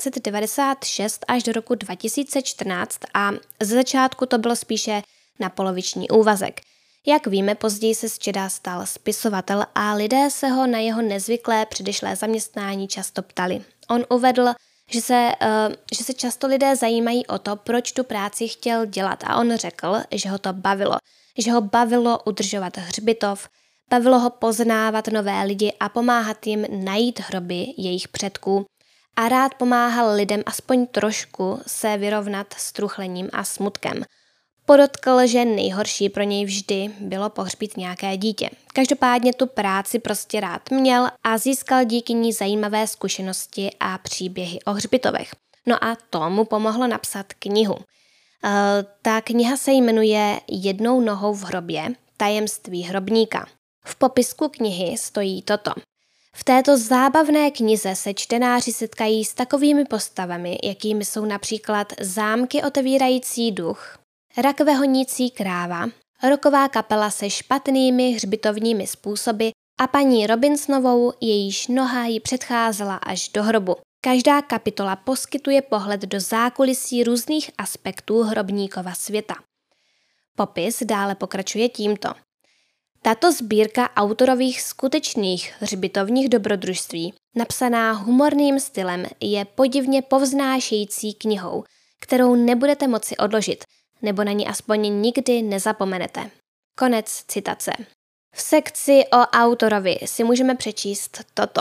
1996 až do roku 2014 a ze začátku to bylo spíše na poloviční úvazek. Jak víme, později se z Chada stal spisovatel a lidé se ho na jeho nezvyklé předešlé zaměstnání často ptali. On uvedl, že se často lidé zajímají o to, proč tu práci chtěl dělat a on řekl, že ho to bavilo. Že ho bavilo udržovat hřbitov, bavilo ho poznávat nové lidi a pomáhat jim najít hroby jejich předků a rád pomáhal lidem aspoň trošku se vyrovnat s truchlením a smutkem. Podotkl, že nejhorší pro něj vždy bylo pohřbít nějaké dítě. Každopádně tu práci prostě rád měl a získal díky ní zajímavé zkušenosti a příběhy o hřbitovech. No a to mu pomohlo napsat knihu. Ta kniha se jmenuje Jednou nohou v hrobě, tajemství hrobníka. V popisku knihy stojí toto. V této zábavné knize se čtenáři setkají s takovými postavami, jakými jsou například zámky otevírající duch, rakve honící kráva, rocková kapela se špatnými hřbitovními způsoby a paní Robinsonovou, jejíž noha ji předcházela až do hrobu. Každá kapitola poskytuje pohled do zákulisí různých aspektů hrobníkova světa. Popis dále pokračuje tímto. Tato sbírka autorových skutečných hřbitovních dobrodružství, napsaná humorným stylem, je podivně povznášející knihou, kterou nebudete moci odložit, nebo na ní aspoň nikdy nezapomenete. Konec citace. V sekci o autorovi si můžeme přečíst toto.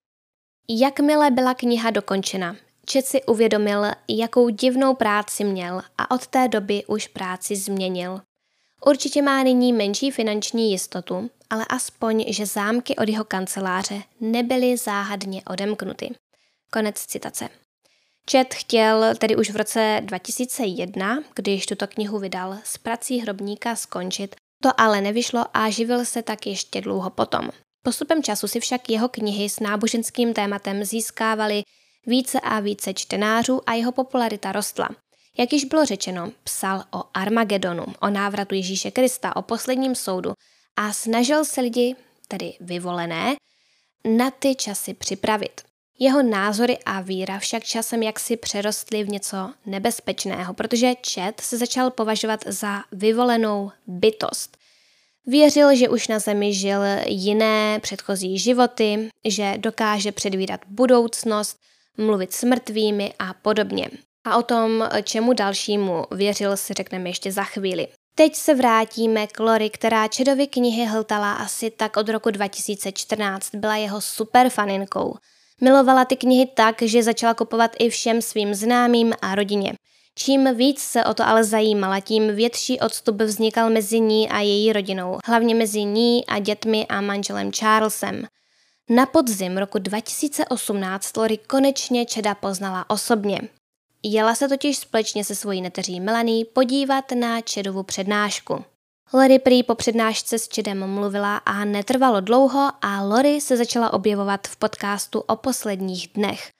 Jakmile byla kniha dokončena, Chad si uvědomil, jakou divnou práci měl a od té doby už práci změnil. Určitě má nyní menší finanční jistotu, ale aspoň, že zámky od jeho kanceláře nebyly záhadně odemknuty. Konec citace. Chad chtěl tedy už v roce 2001, když tuto knihu vydal, s prací hrobníka skončit. To ale nevyšlo a živil se tak ještě dlouho potom. Postupem času si však jeho knihy s náboženským tématem získávaly více a více čtenářů a jeho popularita rostla. Jak již bylo řečeno, psal o Armagedonu, o návratu Ježíše Krista, o posledním soudu a snažil se lidi, tedy vyvolené, na ty časy připravit. Jeho názory a víra však časem jaksi přerostly v něco nebezpečného, protože Chad se začal považovat za vyvolenou bytost. Věřil, že už na zemi žil jiné předchozí životy, že dokáže předvídat budoucnost, mluvit s mrtvými a podobně. A o tom, čemu dalšímu věřil, si řekneme ještě za chvíli. Teď se vrátíme k Lori, která Chadovi knihy hltala asi tak od roku 2014, byla jeho super faninkou. Milovala ty knihy tak, že začala kupovat i všem svým známým a rodině. Čím víc se o to ale zajímala, tím větší odstup vznikal mezi ní a její rodinou, hlavně mezi ní a dětmi a manželem Charlesem. Na podzim roku 2018 Lori konečně Chada poznala osobně. Jela se totiž společně se svojí neteří Melanie podívat na Chadovu přednášku. Lori prý po přednášce s Chadem mluvila a netrvalo dlouho a Lori se začala objevovat v podcastu o posledních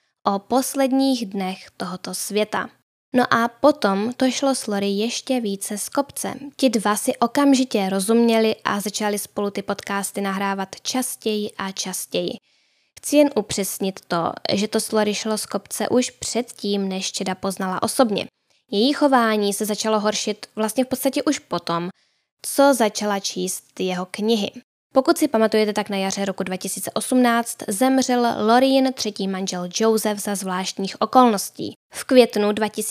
dnech tohoto světa. No a potom to šlo s Lori ještě více z kopce. Ti dva si okamžitě rozuměli a začali spolu ty podcasty nahrávat častěji a častěji. Chci jen upřesnit to, že to s Lori šlo z kopce už předtím, než Chada poznala osobně. Její chování se začalo horšit vlastně v podstatě už potom, co začala číst jeho knihy. Pokud si pamatujete, tak na jaře roku 2018 zemřel Lorien třetí manžel Joseph za zvláštních okolností. V květnu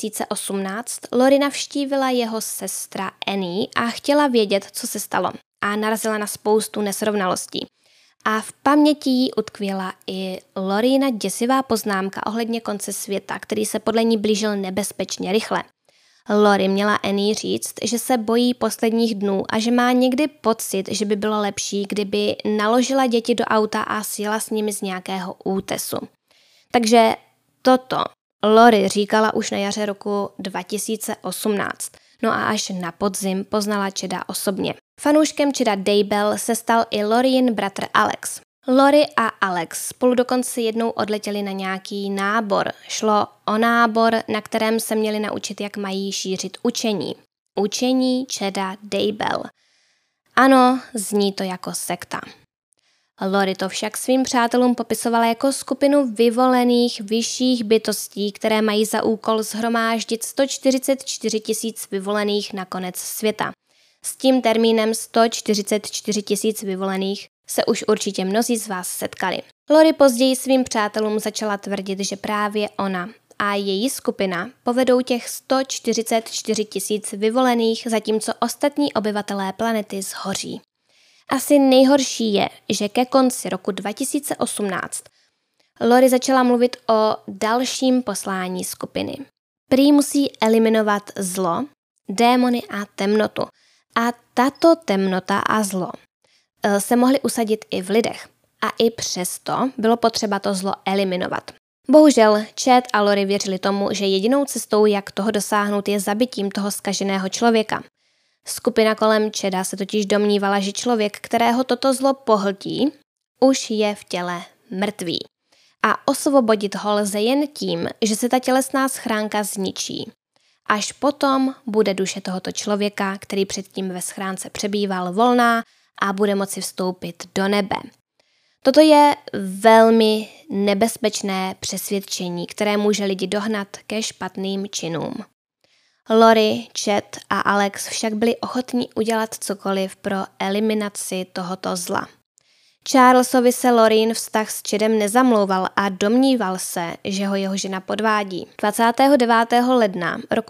2018 Lori navštívila jeho sestra Annie a chtěla vědět, co se stalo, a narazila na spoustu nesrovnalostí. A v paměti jí utkvěla i Loriina děsivá poznámka ohledně konce světa, který se podle ní blížil nebezpečně rychle. Lori měla Annie říct, že se bojí posledních dnů a že má někdy pocit, že by bylo lepší, kdyby naložila děti do auta a sjela s nimi z nějakého útesu. Takže toto Lori říkala už na jaře roku 2018. No a až na podzim poznala Chada osobně. Fanouškem Chada Daybell se stal i Lorien bratr Alex. Lori a Alex spolu dokonce jednou odletěli na nějaký nábor. Šlo o nábor, na kterém se měli naučit, jak mají šířit učení. Učení Chada Daybell. Ano, zní to jako sekta. Lori to však svým přátelům popisovala jako skupinu vyvolených vyšších bytostí, které mají za úkol shromáždit 144 000 vyvolených na konec světa. S tím termínem 144 000 vyvolených se už určitě mnozí z vás setkali. Lori později svým přátelům začala tvrdit, že právě ona a její skupina povedou těch 144 000 vyvolených, zatímco ostatní obyvatelé planety zhoří. Asi nejhorší je, že ke konci roku 2018 Lori začala mluvit o dalším poslání skupiny. Prý musí eliminovat zlo, démony a temnotu. A tato temnota a zlo se mohly usadit i v lidech. A i přesto bylo potřeba to zlo eliminovat. Bohužel Chad a Lori věřili tomu, že jedinou cestou, jak toho dosáhnout, je zabitím toho zkaženého člověka. Skupina kolem Chada se totiž domnívala, že člověk, kterého toto zlo pohltí, už je v těle mrtvý. A osvobodit ho lze jen tím, že se ta tělesná schránka zničí. Až potom bude duše tohoto člověka, který předtím ve schránce přebýval, volná a bude moci vstoupit do nebe. Toto je velmi nebezpečné přesvědčení, které může lidi dohnat ke špatným činům. Lori, Chad a Alex však byli ochotní udělat cokoliv pro eliminaci tohoto zla. Charlesovi se Lorien vztah s Chadem nezamlouval a domníval se, že ho jeho žena podvádí. 29. ledna roku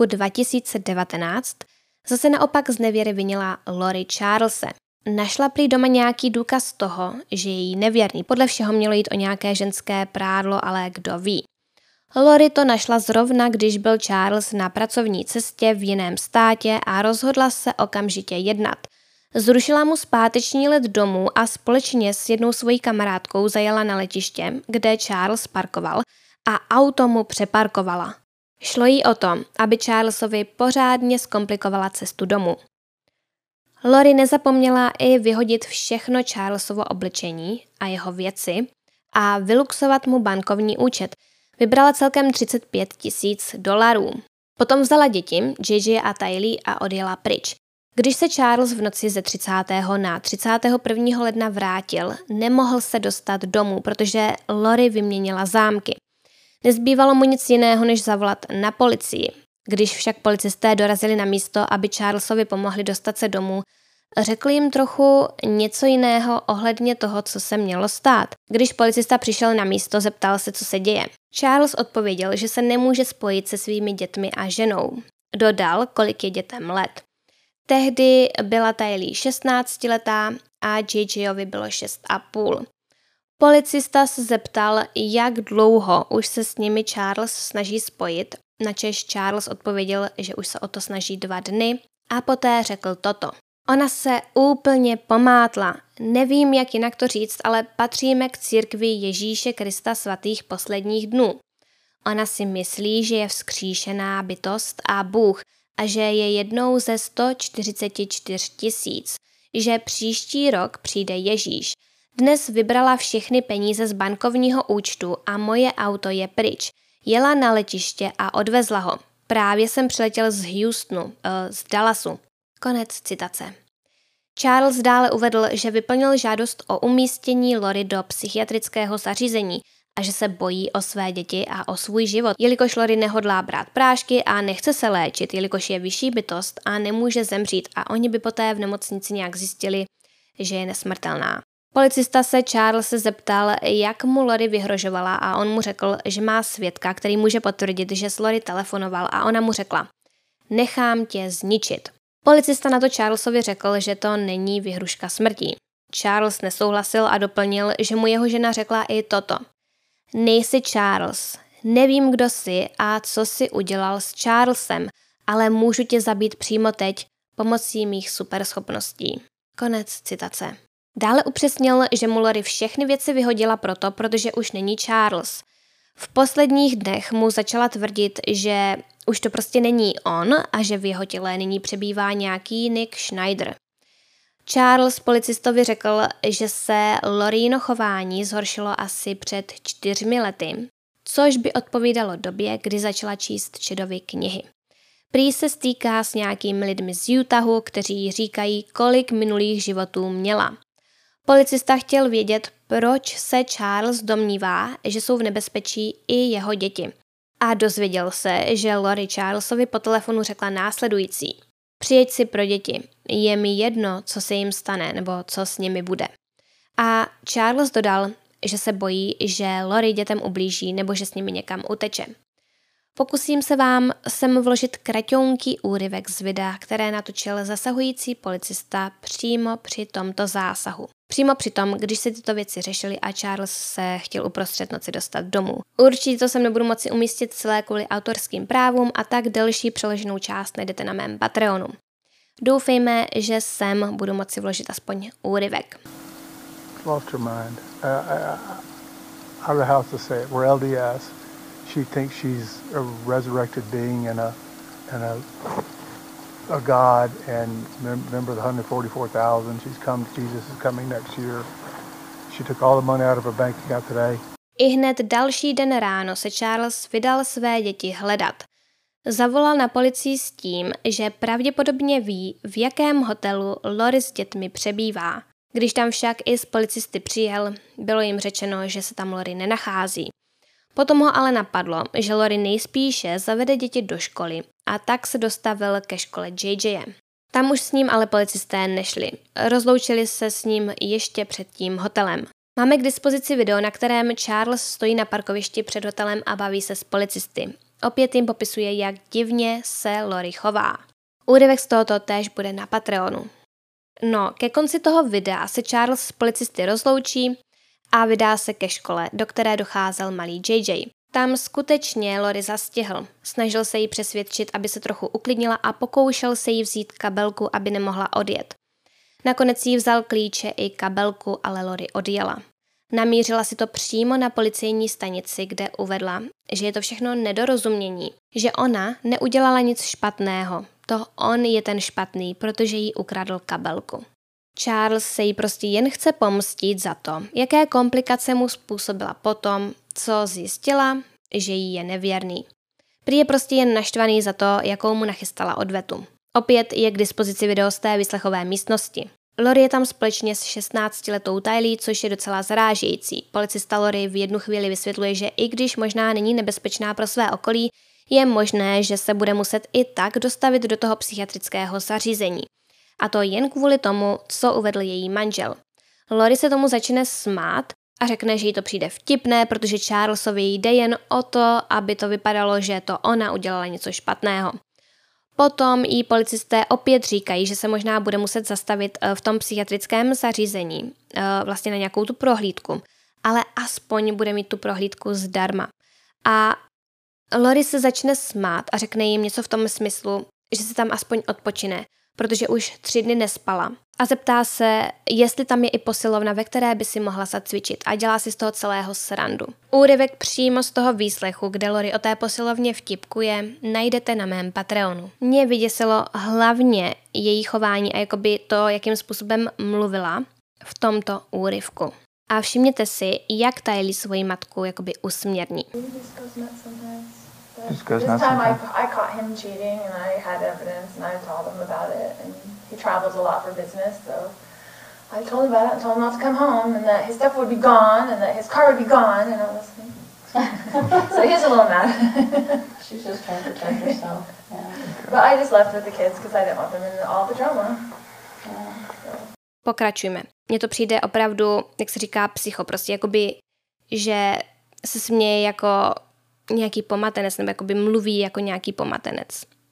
2019 zase naopak z nevěry vinila Lori Charlese. Našla prý doma nějaký důkaz toho, že je jí nevěrný. Podle všeho mělo jít o nějaké ženské prádlo, ale kdo ví. Lori to našla zrovna, když byl Charles na pracovní cestě v jiném státě a rozhodla se okamžitě jednat. Zrušila mu zpáteční let domů a společně s jednou svojí kamarádkou zajela na letiště, kde Charles parkoval, a auto mu přeparkovala. Šlo jí o to, aby Charlesovi pořádně zkomplikovala cestu domů. Lori nezapomněla i vyhodit všechno Charlesovo oblečení a jeho věci a vyluxovat mu bankovní účet. Vybrala celkem $35 000. Potom vzala děti, JJ a Tylee, a odjela pryč. Když se Charles v noci ze 30. na 31. ledna vrátil, nemohl se dostat domů, protože Lori vyměnila zámky. Nezbývalo mu nic jiného, než zavolat na policii. Když však policisté dorazili na místo, aby Charlesovi pomohli dostat se domů, řekl jim trochu něco jiného ohledně toho, co se mělo stát. Když policista přišel na místo, zeptal se, co se děje. Charles odpověděl, že se nemůže spojit se svými dětmi a ženou. Dodal, kolik je dětem let. Tehdy byla Tylee 16letá a JJovi bylo 6,5. Policista se zeptal, jak dlouho už se s nimi Charles snaží spojit, načež Charles odpověděl, že už se o to snaží 2 dny, a poté řekl toto. Ona se úplně pomátla. Nevím, jak jinak to říct, ale patříme k církvi Ježíše Krista svatých posledních dnů. Ona si myslí, že je vzkříšená bytost a Bůh a že je jednou ze 144 000, že příští rok přijde Ježíš. Dnes vybrala všechny peníze z bankovního účtu a moje auto je pryč. Jela na letiště a odvezla ho. Právě jsem přiletěl z Houstonu, z Dallasu. Konec citace. Charles dále uvedl, že vyplnil žádost o umístění Lori do psychiatrického zařízení a že se bojí o své děti a o svůj život, jelikož Lori nehodlá brát prášky a nechce se léčit, jelikož je vyšší bytost a nemůže zemřít a oni by poté v nemocnici nějak zjistili, že je nesmrtelná. Policista se Charlese zeptal, jak mu Lori vyhrožovala a on mu řekl, že má svědka, který může potvrdit, že s Lori telefonoval a ona mu řekla: nechám tě zničit. Policista na to Charlesovi řekl, že to není vyhruška smrtí. Charles nesouhlasil a doplnil, že mu jeho žena řekla i toto: nejsi Charles, nevím, kdo jsi a co jsi udělal s Charlesem, ale můžu tě zabít přímo teď pomocí mých superschopností. Konec citace. Dále upřesnil, že mu Lori všechny věci vyhodila protože už není Charles. V posledních dnech mu začala tvrdit, že už to prostě není on a že v jeho těle nyní přebývá nějaký Nick Schneider. Charles policistovi řekl, že se Lorino chování zhoršilo asi před 4 lety, což by odpovídalo době, kdy začala číst Chadovy knihy. Prý se stýká s nějakými lidmi z Utahu, kteří říkají, kolik minulých životů měla. Policista chtěl vědět, proč se Charles domnívá, že jsou v nebezpečí i jeho děti. A dozvěděl se, že Lori Charlesovi po telefonu řekla následující: přijeď si pro děti, je mi jedno, co se jim stane nebo co s nimi bude. A Charles dodal, že se bojí, že Lori dětem ublíží nebo že s nimi někam uteče. Pokusím se vám sem vložit kraťounký úryvek z videa, které natočil zasahující policista přímo při tomto zásahu. Přímo při tom, když se tyto věci řešily a Charles se chtěl uprostřed noci dostat domů. Určitě to sem nebudu moci umístit celé kvůli autorským právům a tak delší přeloženou část najdete na mém Patreonu. Doufejme, že sem budu moci vložit aspoň úryvek. Lost her mind. I don't know how to say it. We're LDS. She thinks she's a resurrected being and a God, and remember the 144,000. She's come. Jesus is coming next year. She took all the money out of her bank account today. I hned další den ráno se Charles vydal své děti hledat. Zavolal na policii s tím, že pravděpodobně ví, v jakém hotelu Lori s dětmi přebývá. Když tam však i s policisty přijel, bylo jim řečeno, že se tam Lori nenachází. Potom ho ale napadlo, že Lori nejspíše zavede děti do školy a tak se dostavil ke škole JJ. Tam už s ním ale policisté nešli. Rozloučili se s ním ještě před tím hotelem. Máme k dispozici video, na kterém Charles stojí na parkovišti před hotelem a baví se s policisty. Opět jim popisuje, jak divně se Lori chová. Úryvek z tohoto též bude na Patreonu. No, ke konci toho videa se Charles s policisty rozloučí a vydá se ke škole, do které docházel malý JJ. Tam skutečně Lori zastihl. Snažil se jí přesvědčit, aby se trochu uklidnila a pokoušel se jí vzít kabelku, aby nemohla odjet. Nakonec jí vzal klíče i kabelku, ale Lori odjela. Namířila si to přímo na policejní stanici, kde uvedla, že je to všechno nedorozumění, že ona neudělala nic špatného. To on je ten špatný, protože jí ukradl kabelku. Charles se jí prostě jen chce pomstit za to, jaké komplikace mu způsobila potom, co zjistila, že jí je nevěrný. Prý je prostě jen naštvaný za to, jakou mu nachystala odvetu. Opět je k dispozici video z té výslechové místnosti. Lori je tam společně s 16letou Tylee, což je docela zarážející. Policista Lori v jednu chvíli vysvětluje, že i když možná není nebezpečná pro své okolí, je možné, že se bude muset i tak dostavit do toho psychiatrického zařízení. A to jen kvůli tomu, co uvedl její manžel. Lori se tomu začne smát a řekne, že jí to přijde vtipné, protože Charlesovi jde jen o to, aby to vypadalo, že to ona udělala něco špatného. Potom jí policisté opět říkají, že se možná bude muset zastavit v tom psychiatrickém zařízení, vlastně na nějakou tu prohlídku, ale aspoň bude mít tu prohlídku zdarma. A Lori se začne smát a řekne jim něco v tom smyslu, že se tam aspoň odpočine, protože už 3 dny nespala. A zeptá se, jestli tam je i posilovna, ve které by si mohla zacvičit a dělá si z toho celého srandu. Úryvek přímo z toho výslechu, kde Lori o té posilovně vtipkuje, najdete na mém Patreonu. Mě vyděsilo hlavně její chování a jakoby to, jakým způsobem mluvila v tomto úryvku. A všimněte si, jak Tylee svoji matku jakoby usměrní. Just goes This nuts time sometimes. I caught him cheating and I had evidence and I told him about it, and he travels a lot for business, so I told him about it and told him not to come home and that his stuff would be gone and that his car would be gone and all this thing. So he was a little mad. She's just trying to protect herself. Yeah. But I just left with the kids because I didn't want them in all the drama. Pokračujme. Mně to přijde opravdu, jak se říká, psycho, prostě jakoby, že se směje jako nějaký pomatenec, nebo jakoby mluví jako nějaký pomatenec.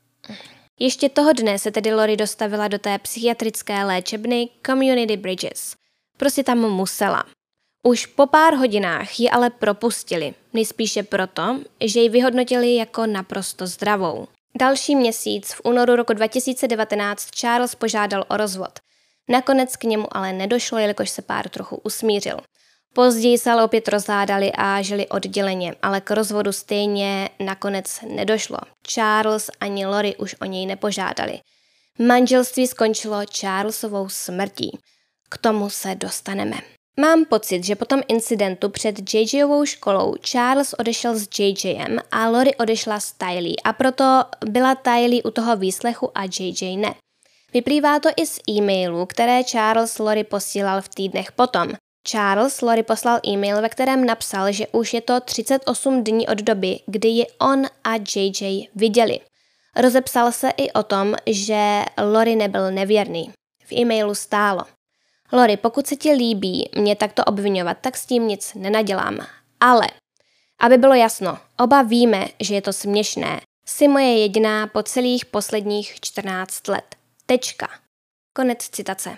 Ještě toho dne se tedy Lori dostavila do té psychiatrické léčebny Community Bridges. Prostě tam musela. Už po pár hodinách ji ale propustili, nejspíše proto, že ji vyhodnotili jako naprosto zdravou. Další měsíc, v únoru roku 2019, Charles požádal o rozvod. Nakonec k němu ale nedošlo, jelikož se pár trochu usmířil. Později se ale opět rozhádali a žili odděleně, ale k rozvodu stejně nakonec nedošlo. Charles ani Lori už o něj nepožádali. Manželství skončilo Charlesovou smrtí. K tomu se dostaneme. Mám pocit, že po tom incidentu před JJovou školou Charles odešel s JJem a Lori odešla s Tylee a proto byla Tylee u toho výslechu a JJ ne. Vyplývá to i z e-mailů, které Charles Lori posílal v týdnech potom. Charles Lori poslal e-mail, ve kterém napsal, že už je to 38 dní od doby, kdy ji on a JJ viděli. Rozepsal se i o tom, že Lori nebyl nevěrný. V e-mailu stálo: Lori, pokud se ti líbí mě takto obvinovat, tak s tím nic nenadělám. Ale, aby bylo jasno, oba víme, že je to směšné. Jsi moje jediná po celých posledních 14 let. Tečka. Konec citace.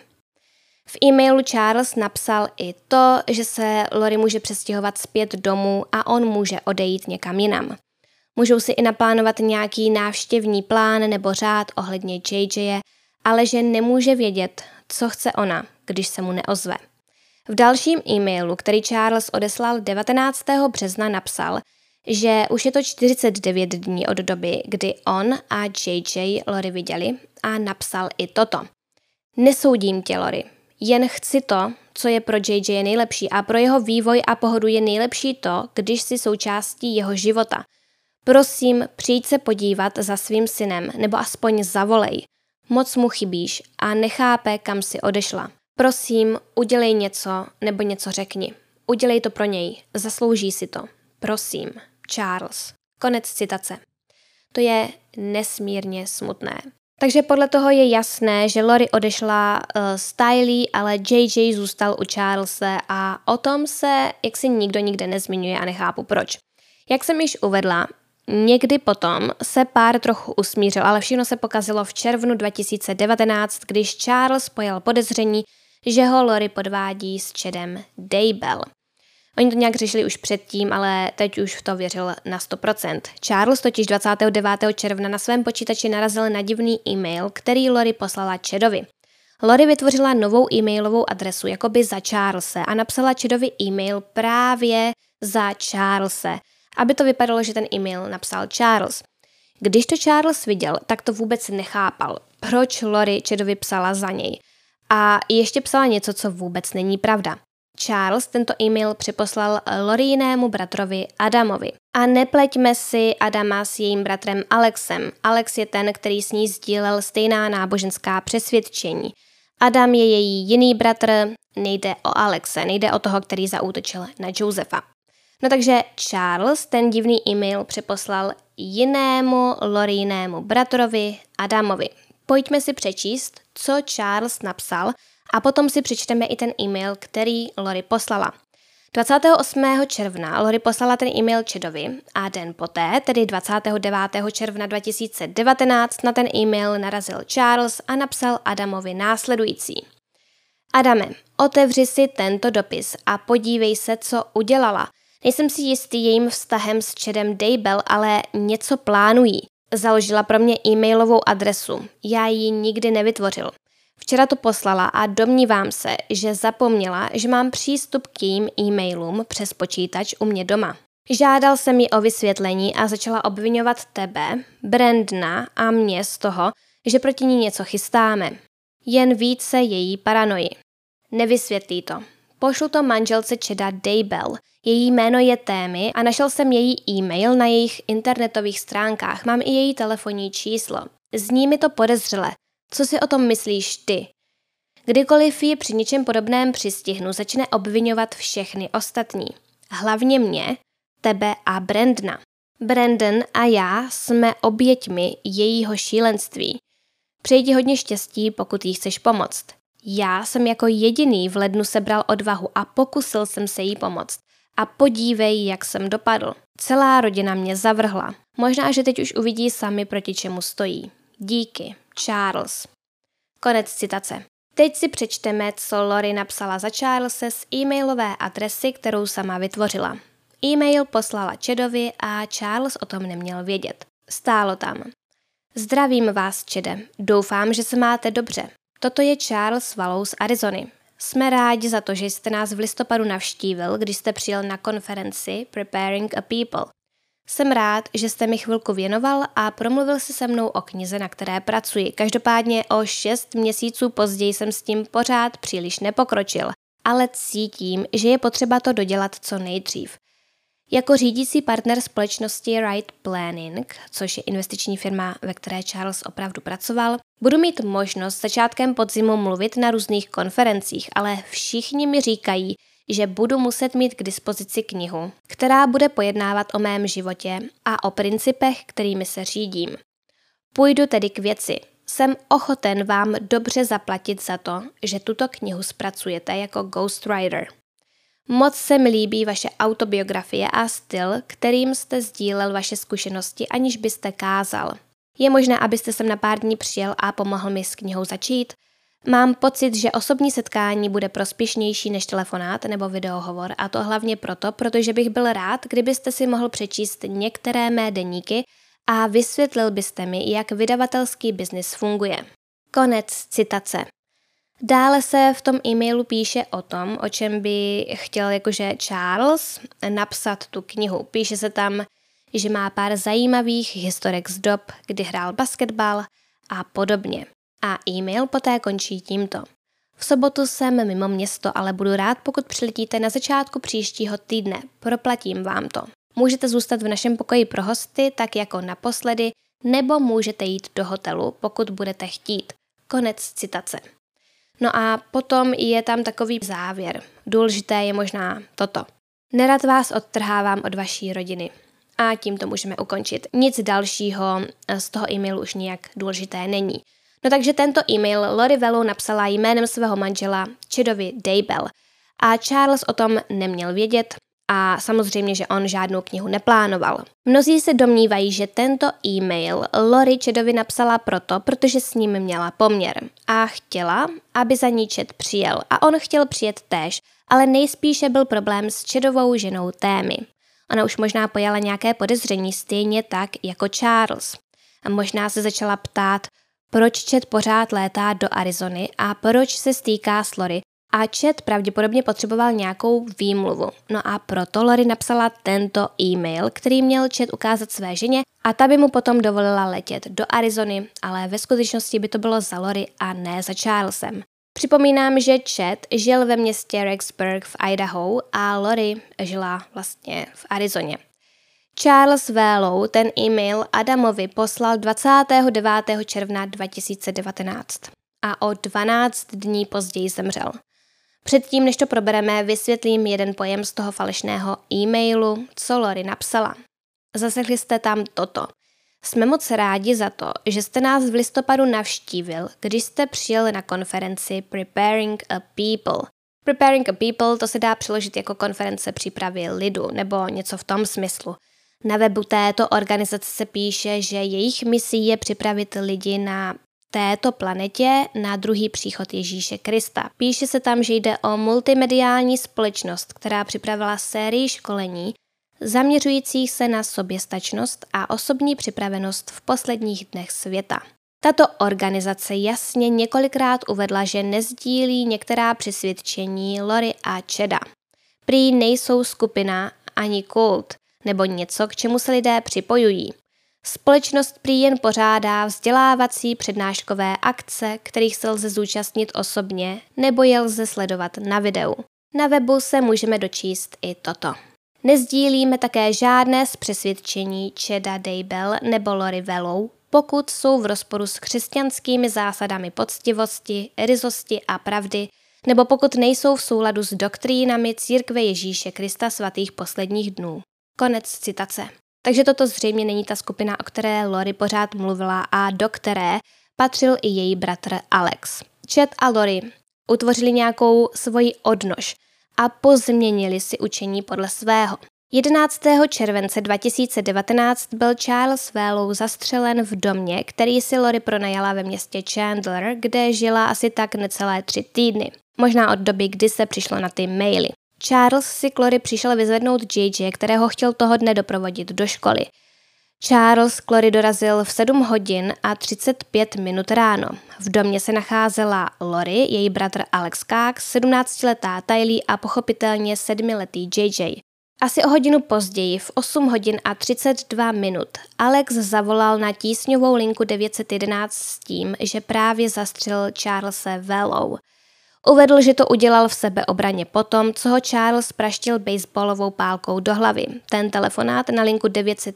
V e-mailu Charles napsal i to, že se Lori může přestěhovat zpět domů a on může odejít někam jinam. Můžou si i naplánovat nějaký návštěvní plán nebo řád ohledně JJ, ale že nemůže vědět, co chce ona, když se mu neozve. V dalším e-mailu, který Charles odeslal 19. března, napsal, že už je to 49 dní od doby, kdy on a JJ Lori viděli, a napsal i toto: Nesoudím tě, Lori. Jen chci to, co je pro JJ nejlepší a pro jeho vývoj a pohodu je nejlepší to, když jsi součástí jeho života. Prosím, přijď se podívat za svým synem, nebo aspoň zavolej. Moc mu chybíš a nechápe, kam si odešla. Prosím, udělej něco nebo něco řekni. Udělej to pro něj, zaslouží si to. Prosím, Charles. Konec citace. To je nesmírně smutné. Takže podle toho je jasné, že Lori odešla z Tylee, ale JJ zůstal u Charlese a o tom se jaksi nikdo nikde nezmiňuje a nechápu proč. Jak jsem již uvedla, někdy potom se pár trochu usmířil, ale všechno se pokazilo v červnu 2019, když Charles pojal podezření, že ho Lori podvádí s Chadem Daybell. Oni to nějak řešili už předtím, ale teď už v to věřil na 100%. Charles totiž 29. června na svém počítači narazil na divný e-mail, který Lori poslala Chadovi. Lori vytvořila novou e-mailovou adresu jakoby za Charlese a napsala Chadovi e-mail právě za Charlese, aby to vypadalo, že ten e-mail napsal Charles. Když to Charles viděl, tak to vůbec nechápal, proč Lori Chadovi psala za něj. A ještě psala něco, co vůbec není pravda. Charles tento e-mail připoslal Lorijinému bratrovi Adamovi. A nepleťme si Adama s jejím bratrem Alexem. Alex je ten, který s ní sdílel stejná náboženská přesvědčení. Adam je její jiný bratr, nejde o Alexe, nejde o toho, který zaútočil na Josefa. No takže Charles ten divný e-mail připoslal jinému Lorijinému bratrovi Adamovi. Pojďme si přečíst, co Charles napsal, a potom si přečteme i ten e-mail, který Lori poslala. 28. června Lori poslala ten e-mail Chadovi a den poté, tedy 29. června 2019, na ten e-mail narazil Charles a napsal Adamovi následující. Adame, otevři si tento dopis a podívej se, co udělala. Nejsem si jistý jejím vztahem s Chadem Daybell, ale něco plánují. Založila pro mě e-mailovou adresu. Já ji nikdy nevytvořil. Včera to poslala a domnívám se, že zapomněla, že mám přístup k jejím e-mailům přes počítač u mě doma. Žádal jsem ji o vysvětlení a začala obvinovat tebe, Brandona a mě z toho, že proti ní něco chystáme. Jen více její paranoji. Nevysvětlí to. Pošlu to manželce Cheda Daybell. Její jméno je Tammy a našel jsem její e-mail na jejich internetových stránkách. Mám i její telefonní číslo. Zní mi to podezřele. Co si o tom myslíš ty? Kdykoliv ji při něčem podobném přistihnu, začne obvinovat všechny ostatní. Hlavně mě, tebe a Brandona. Brandon a já jsme oběťmi jejího šílenství. Přeji ti hodně štěstí, pokud jí chceš pomoct. Já jsem jako jediný v lednu sebral odvahu a pokusil jsem se jí pomoct. A podívej, jak jsem dopadl. Celá rodina mě zavrhla. Možná, že teď už uvidí sami, proti čemu stojí. Díky, Charles. Konec citace. Teď si přečteme, co Lori napsala za Charlese z e-mailové adresy, kterou sama vytvořila. E-mail poslala Chedovi a Charles o tom neměl vědět. Stálo tam. Zdravím vás, Chede. Doufám, že se máte dobře. Toto je Charles Wallow z Arizony. Jsme rádi za to, že jste nás v listopadu navštívil, když jste přijel na konferenci Preparing a People. Jsem rád, že jste mi chvilku věnoval a promluvil si se mnou o knize, na které pracuji. Každopádně o 6 měsíců později jsem s tím pořád příliš nepokročil, ale cítím, že je potřeba to dodělat co nejdřív. Jako řídící partner společnosti Right Planning, což je investiční firma, ve které Charles opravdu pracoval, budu mít možnost začátkem podzimu mluvit na různých konferencích, ale všichni mi říkají, že budu muset mít k dispozici knihu, která bude pojednávat o mém životě a o principech, kterými se řídím. Půjdu tedy k věci. Jsem ochoten vám dobře zaplatit za to, že tuto knihu zpracujete jako ghostwriter. Moc se mi líbí vaše autobiografie a styl, kterým jste sdílel vaše zkušenosti, aniž byste kázal. Je možné, abyste sem na pár dní přijel a pomohl mi s knihou začít? Mám pocit, že osobní setkání bude prospěšnější než telefonát nebo videohovor, a to hlavně proto, protože bych byl rád, kdybyste si mohl přečíst některé mé deníky a vysvětlil byste mi, jak vydavatelský biznis funguje. Konec citace. Dále se v tom e-mailu píše o tom, o čem by chtěl jakože Charles napsat tu knihu. Píše se tam, že má pár zajímavých historek z dob, kdy hrál basketbal a podobně. A e-mail poté končí tímto. V sobotu jsem mimo město, ale budu rád, pokud přiletíte na začátku příštího týdne. Proplatím vám to. Můžete zůstat v našem pokoji pro hosty, tak jako naposledy, nebo můžete jít do hotelu, pokud budete chtít. Konec citace. No a potom je tam takový závěr. Důležité je možná toto. Nerad vás odtrhávám od vaší rodiny. A tím to můžeme ukončit. Nic dalšího z toho e-mailu už nijak důležité není. No takže tento e-mail Lori Vallow napsala jménem svého manžela Chedovi Daybell. A Charles o tom neměl vědět a samozřejmě, že on žádnou knihu neplánoval. Mnozí se domnívají, že tento e-mail Lori Chedovi napsala protože s ním měla poměr a chtěla, aby za ní Ched přijel. A on chtěl přijet též, ale nejspíše byl problém s Chedovou ženou Tammy. Ona už možná pojala nějaké podezření stejně tak jako Charles. A možná se začala ptát, proč Ched pořád létá do Arizony a proč se stýká s Lori. A Ched pravděpodobně potřeboval nějakou výmluvu. No a proto Lori napsala tento e-mail, který měl Ched ukázat své ženě a ta by mu potom dovolila letět do Arizony, ale ve skutečnosti by to bylo za Lori a ne za Charlesem. Připomínám, že Ched žil ve městě Rexburg v Idaho a Lori žila vlastně v Arizoně. Charles Wallow ten e-mail Adamovi poslal 29. června 2019 a o 12 dní později zemřel. Předtím, než to probereme, vysvětlím jeden pojem z toho falešného e-mailu, co Lori napsala. Zaslechli jste tam toto. Jsme moc rádi za to, že jste nás v listopadu navštívil, když jste přijeli na konferenci Preparing a People. Preparing a People to se dá přeložit jako konference přípravy lidu nebo něco v tom smyslu. Na webu této organizace se píše, že jejich misí je připravit lidi na této planetě na druhý příchod Ježíše Krista. Píše se tam, že jde o multimediální společnost, která připravila sérii školení zaměřujících se na soběstačnost a osobní připravenost v posledních dnech světa. Tato organizace jasně několikrát uvedla, že nezdílí některá přesvědčení Lori a Chada. Prý nejsou skupina ani kult, nebo něco, k čemu se lidé připojují. Společnost prý jen pořádá vzdělávací přednáškové akce, kterých se lze zúčastnit osobně, nebo je lze sledovat na videu. Na webu se můžeme dočíst i toto. Nezdílíme také žádné z přesvědčení Chada Daybell nebo Lori Vallow, pokud jsou v rozporu s křesťanskými zásadami poctivosti, ryzosti a pravdy, nebo pokud nejsou v souladu s doktrínami Církve Ježíše Krista svatých posledních dnů. Konec citace. Takže toto zřejmě není ta skupina, o které Lori pořád mluvila a do které patřil i její bratr Alex. Chad a Lori utvořili nějakou svoji odnož a pozměnili si učení podle svého. 11. července 2019 byl Charles Vallow zastřelen v domě, který si Lori pronajala ve městě Chandler, kde žila asi tak necelé 3 týdny. Možná od doby, kdy se přišlo na ty maily. Charles si k Lori přišel vyzvednout JJ, kterého chtěl toho dne doprovodit do školy. Charles k Lori dorazil v 7 hodin a 35 minut ráno. V domě se nacházela Lori, její bratr Alex Cox, 17letá Tylee a pochopitelně 7letý JJ. Asi o hodinu později, v 8 hodin a 32 minut, Alex zavolal na tísňovou linku 911 s tím, že právě zastřelil Charlese Vallow. Uvedl, že to udělal v sebeobraně potom, co ho Charles praštil baseballovou pálkou do hlavy. Ten telefonát na linku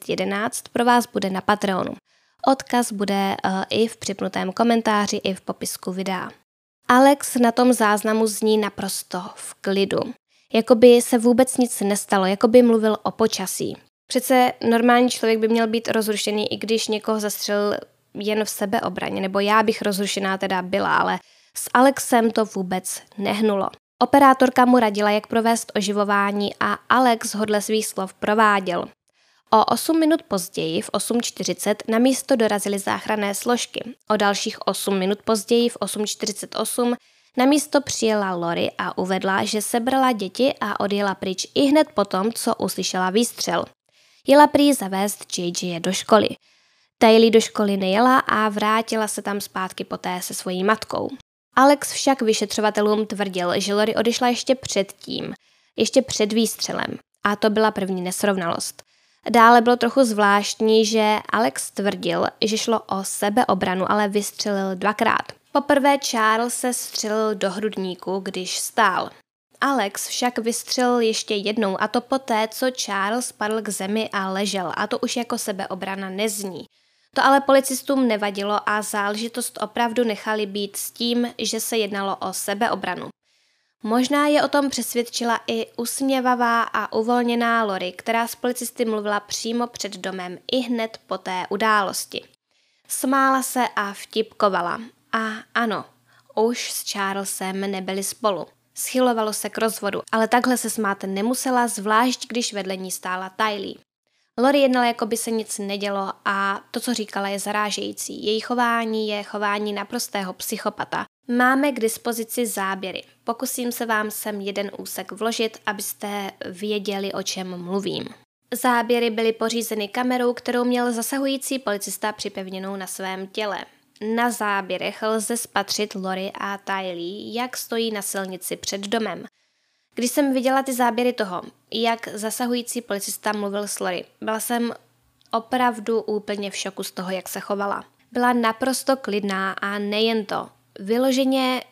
911 pro vás bude na Patreonu. Odkaz bude i v připnutém komentáři, i v popisku videa. Alex na tom záznamu zní naprosto v klidu. Jakoby se vůbec nic nestalo, jakoby mluvil o počasí. Přece normální člověk by měl být rozrušený, i když někoho zastřelil jen v sebeobraně, nebo já bych rozrušená teda byla, ale s Alexem to vůbec nehnulo. Operátorka mu radila, jak provést oživování a Alex hodle svých slov prováděl. O 8 minut později, v 8:40, na místo dorazily záchranné složky. O dalších 8 minut později, v 8:48, na místo přijela Lori a uvedla, že sebrala děti a odjela pryč i hned potom, co uslyšela výstřel. Jela prý zavést JJ do školy. Tylee do školy nejela a vrátila se tam zpátky poté se svojí matkou. Alex však vyšetřovatelům tvrdil, že Lori odešla ještě předtím, ještě před výstřelem. A to byla první nesrovnalost. Dále bylo trochu zvláštní, že Alex tvrdil, že šlo o sebeobranu, ale vystřelil 2krát. Poprvé Charles se střelil do hrudníku, když stál. Alex však vystřelil ještě jednou, a to poté, co Charles padl k zemi a ležel, a to už jako sebeobrana nezní. To ale policistům nevadilo a záležitost opravdu nechali být s tím, že se jednalo o sebeobranu. Možná je o tom přesvědčila i usměvavá a uvolněná Lori, která s policisty mluvila přímo před domem i hned po té události. Smála se a vtipkovala. A ano, už s Charlesem nebyli spolu. Schylovalo se k rozvodu, ale takhle se smát nemusela, zvlášť když vedle ní stála Tylee. Lori jednala, jako by se nic nedělo a to, co říkala, je zarážející. Její chování je chování naprostého psychopata. Máme k dispozici záběry. Pokusím se vám sem jeden úsek vložit, abyste věděli, o čem mluvím. Záběry byly pořízeny kamerou, kterou měl zasahující policista připevněnou na svém těle. Na záběrech lze spatřit Lori a Tylee, jak stojí na silnici před domem. Když jsem viděla ty záběry toho, jak zasahující policista mluvil s Lori, byla jsem opravdu úplně v šoku z toho, jak se chovala. Byla naprosto klidná a nejen to. Vyloženě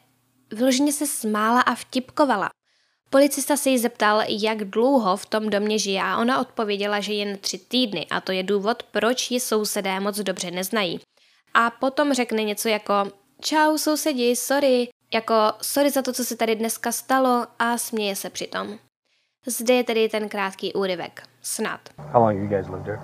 se smála a vtipkovala. Policista se jí zeptal, jak dlouho v tom domě žije a ona odpověděla, že jen 3 týdny a to je důvod, proč ji sousedé moc dobře neznají. A potom řekne něco jako čau sousedi, sorry, jako sorry za to, co se tady dneska stalo a směje se přitom. Zde je tedy ten krátký úryvek. Snad. How long have you guys lived here?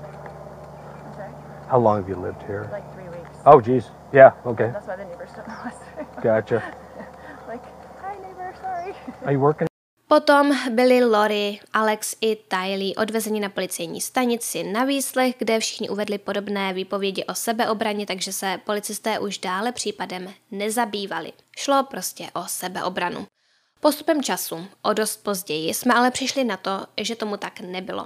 Okay. How long have you lived here? Like 3 weeks. Oh, geez. Yeah, okay. That's why the neighbors don't know us. Gotcha. Like, hi neighbor, sorry. Are you working? Potom byli Lori, Alex i Tylee odvezeni na policejní stanici na výslech, kde všichni uvedli podobné výpovědi o sebeobraně, takže se policisté už dále případem nezabývali. Šlo prostě o sebeobranu. Postupem času, o dost později, jsme ale přišli na to, že tomu tak nebylo.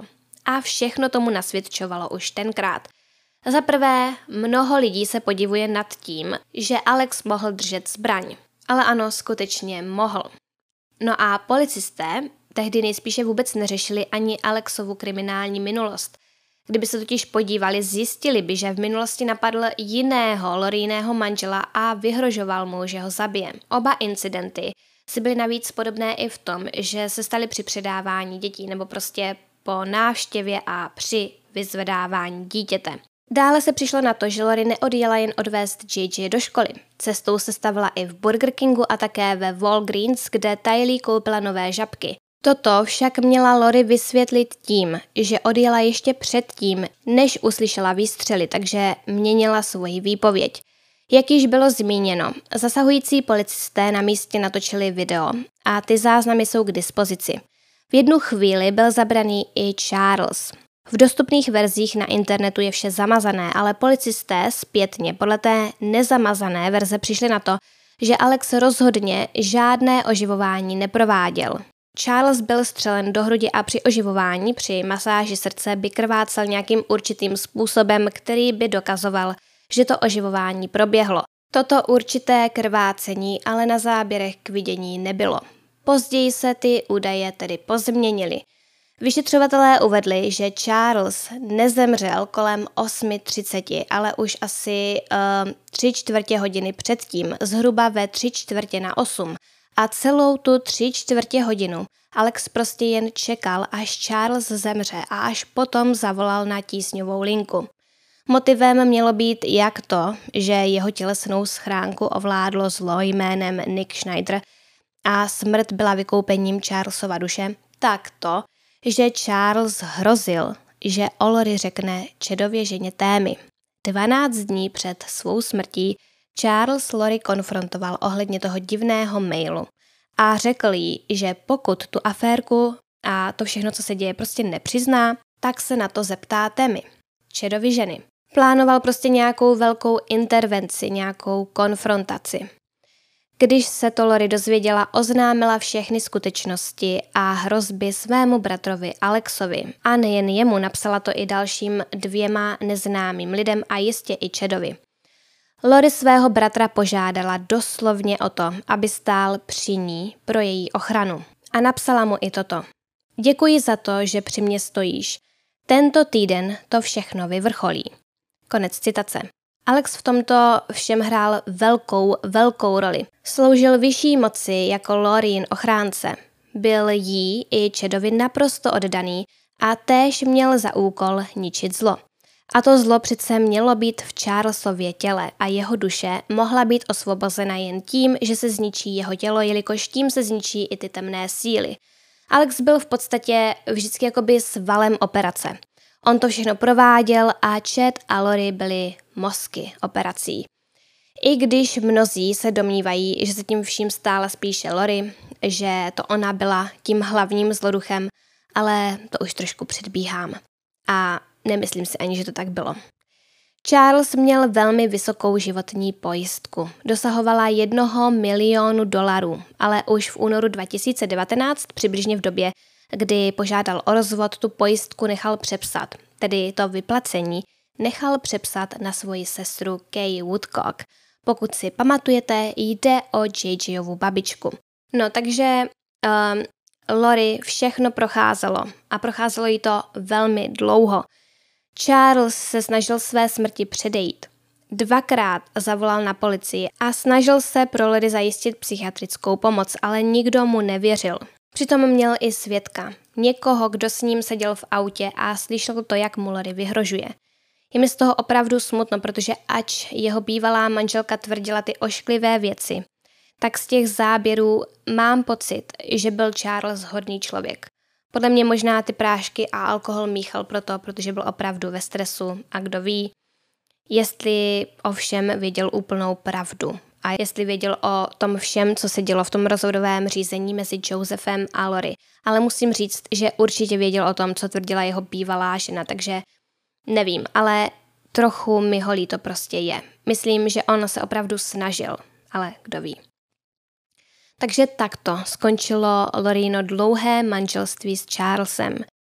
a všechno tomu nasvědčovalo už tenkrát. Za prvé, mnoho lidí se podivuje nad tím, že Alex mohl držet zbraň. Ale ano, skutečně mohl. No a policisté tehdy nejspíše vůbec neřešili ani Alexovu kriminální minulost. Kdyby se totiž podívali, zjistili by, že v minulosti napadl jiného Lorraineho manžela a vyhrožoval mu, že ho zabije. Oba incidenty si byly navíc podobné i v tom, že se staly při předávání dětí nebo prostě po návštěvě a při vyzvedávání dítěte. Dále se přišlo na to, že Lori neodjela jen odvést JJ do školy. Cestou se stavila i v Burger Kingu a také ve Walgreens, kde Tylee koupila nové žabky. Toto však měla Lori vysvětlit tím, že odjela ještě předtím, než uslyšela výstřely, takže měnila svoji výpověď. Jak již bylo zmíněno, zasahující policisté na místě natočili video a ty záznamy jsou k dispozici. V jednu chvíli byl zabraný i Charles. V dostupných verzích na internetu je vše zamazané, ale policisté zpětně podle té nezamazané verze přišli na to, že Alex rozhodně žádné oživování neprováděl. Charles byl střelen do hrudi a při oživování, při masáži srdce by krvácel nějakým určitým způsobem, který by dokazoval, že to oživování proběhlo. Toto určité krvácení ale na záběrech k vidění nebylo. Později se ty údaje tedy pozměnily. Vyšetřovatelé uvedli, že Charles nezemřel kolem 8:30, ale už asi 3/4 hodiny předtím, zhruba ve 7:45. A celou tu 3/4 hodinu Alex prostě jen čekal, až Charles zemře a až potom zavolal na tísňovou linku. Motivem mělo být jak to, že jeho tělesnou schránku ovládlo zlo jménem Nick Schneider a smrt byla vykoupením Charlesova duše, tak to, že Charles hrozil, že o Lori řekne čedově ženě Tammy. 12 dní před svou smrtí Charles Lori konfrontoval ohledně toho divného mailu a řekl jí, že pokud tu aférku a to všechno, co se děje, prostě nepřizná, tak se na to zeptá Tammy, čedovy ženy. Plánoval prostě nějakou velkou intervenci, nějakou konfrontaci. Když se to Lori dozvěděla, oznámila všechny skutečnosti a hrozby svému bratrovi Alexovi. A nejen jemu, napsala to i dalším 2 neznámým lidem a jistě i Chadovi. Lori svého bratra požádala doslovně o to, aby stál při ní pro její ochranu. A napsala mu i toto. Děkuji za to, že při mě stojíš. Tento týden to všechno vyvrcholí. Konec citace. Alex v tomto všem hrál velkou roli. Sloužil vyšší moci jako Lorraine ochránce. Byl jí i Chadovi naprosto oddaný a též měl za úkol ničit zlo. A to zlo přece mělo být v Charlesově těle a jeho duše mohla být osvobozena jen tím, že se zničí jeho tělo, jelikož tím se zničí i ty temné síly. Alex byl v podstatě vždycky jakoby svalem operace. On to všechno prováděl a Chad a Lori byli mozky operací. I když mnozí se domnívají, že se tím vším stála spíše Lori, že to ona byla tím hlavním zloduchem, ale to už trošku předbíhám. A nemyslím si ani, že to tak bylo. Charles měl velmi vysokou životní pojistku. Dosahovala $1 milionu, ale už v únoru 2019, přibližně v době, kdy požádal o rozvod, tu pojistku nechal přepsat. Tedy to vyplacení nechal přepsat na svoji sestru Kay Woodcock. Pokud si pamatujete, jde o JJovu babičku. No takže Lori všechno procházelo a procházelo jí to velmi dlouho. Charles se snažil své smrti předejít. 2krát zavolal na policii a snažil se pro Lori zajistit psychiatrickou pomoc, ale nikdo mu nevěřil. Přitom měl i svědka, někoho, kdo s ním seděl v autě a slyšel to, jak mu Lori vyhrožuje. Je mi z toho opravdu smutno, protože ač jeho bývalá manželka tvrdila ty ošklivé věci, tak z těch záběrů mám pocit, že byl Charles hodný člověk. Podle mě možná ty prášky a alkohol míchal protože byl opravdu ve stresu a kdo ví, jestli ovšem věděl úplnou pravdu a jestli věděl o tom všem, co se dělo v tom rozvodovém řízení mezi Josephem a Lori. Ale musím říct, že určitě věděl o tom, co tvrdila jeho bývalá žena, takže nevím, ale trochu mi ho líto prostě je. Myslím, že on se opravdu snažil, ale kdo ví. Takže takto skončilo Lorino dlouhé manželství s Charlesem.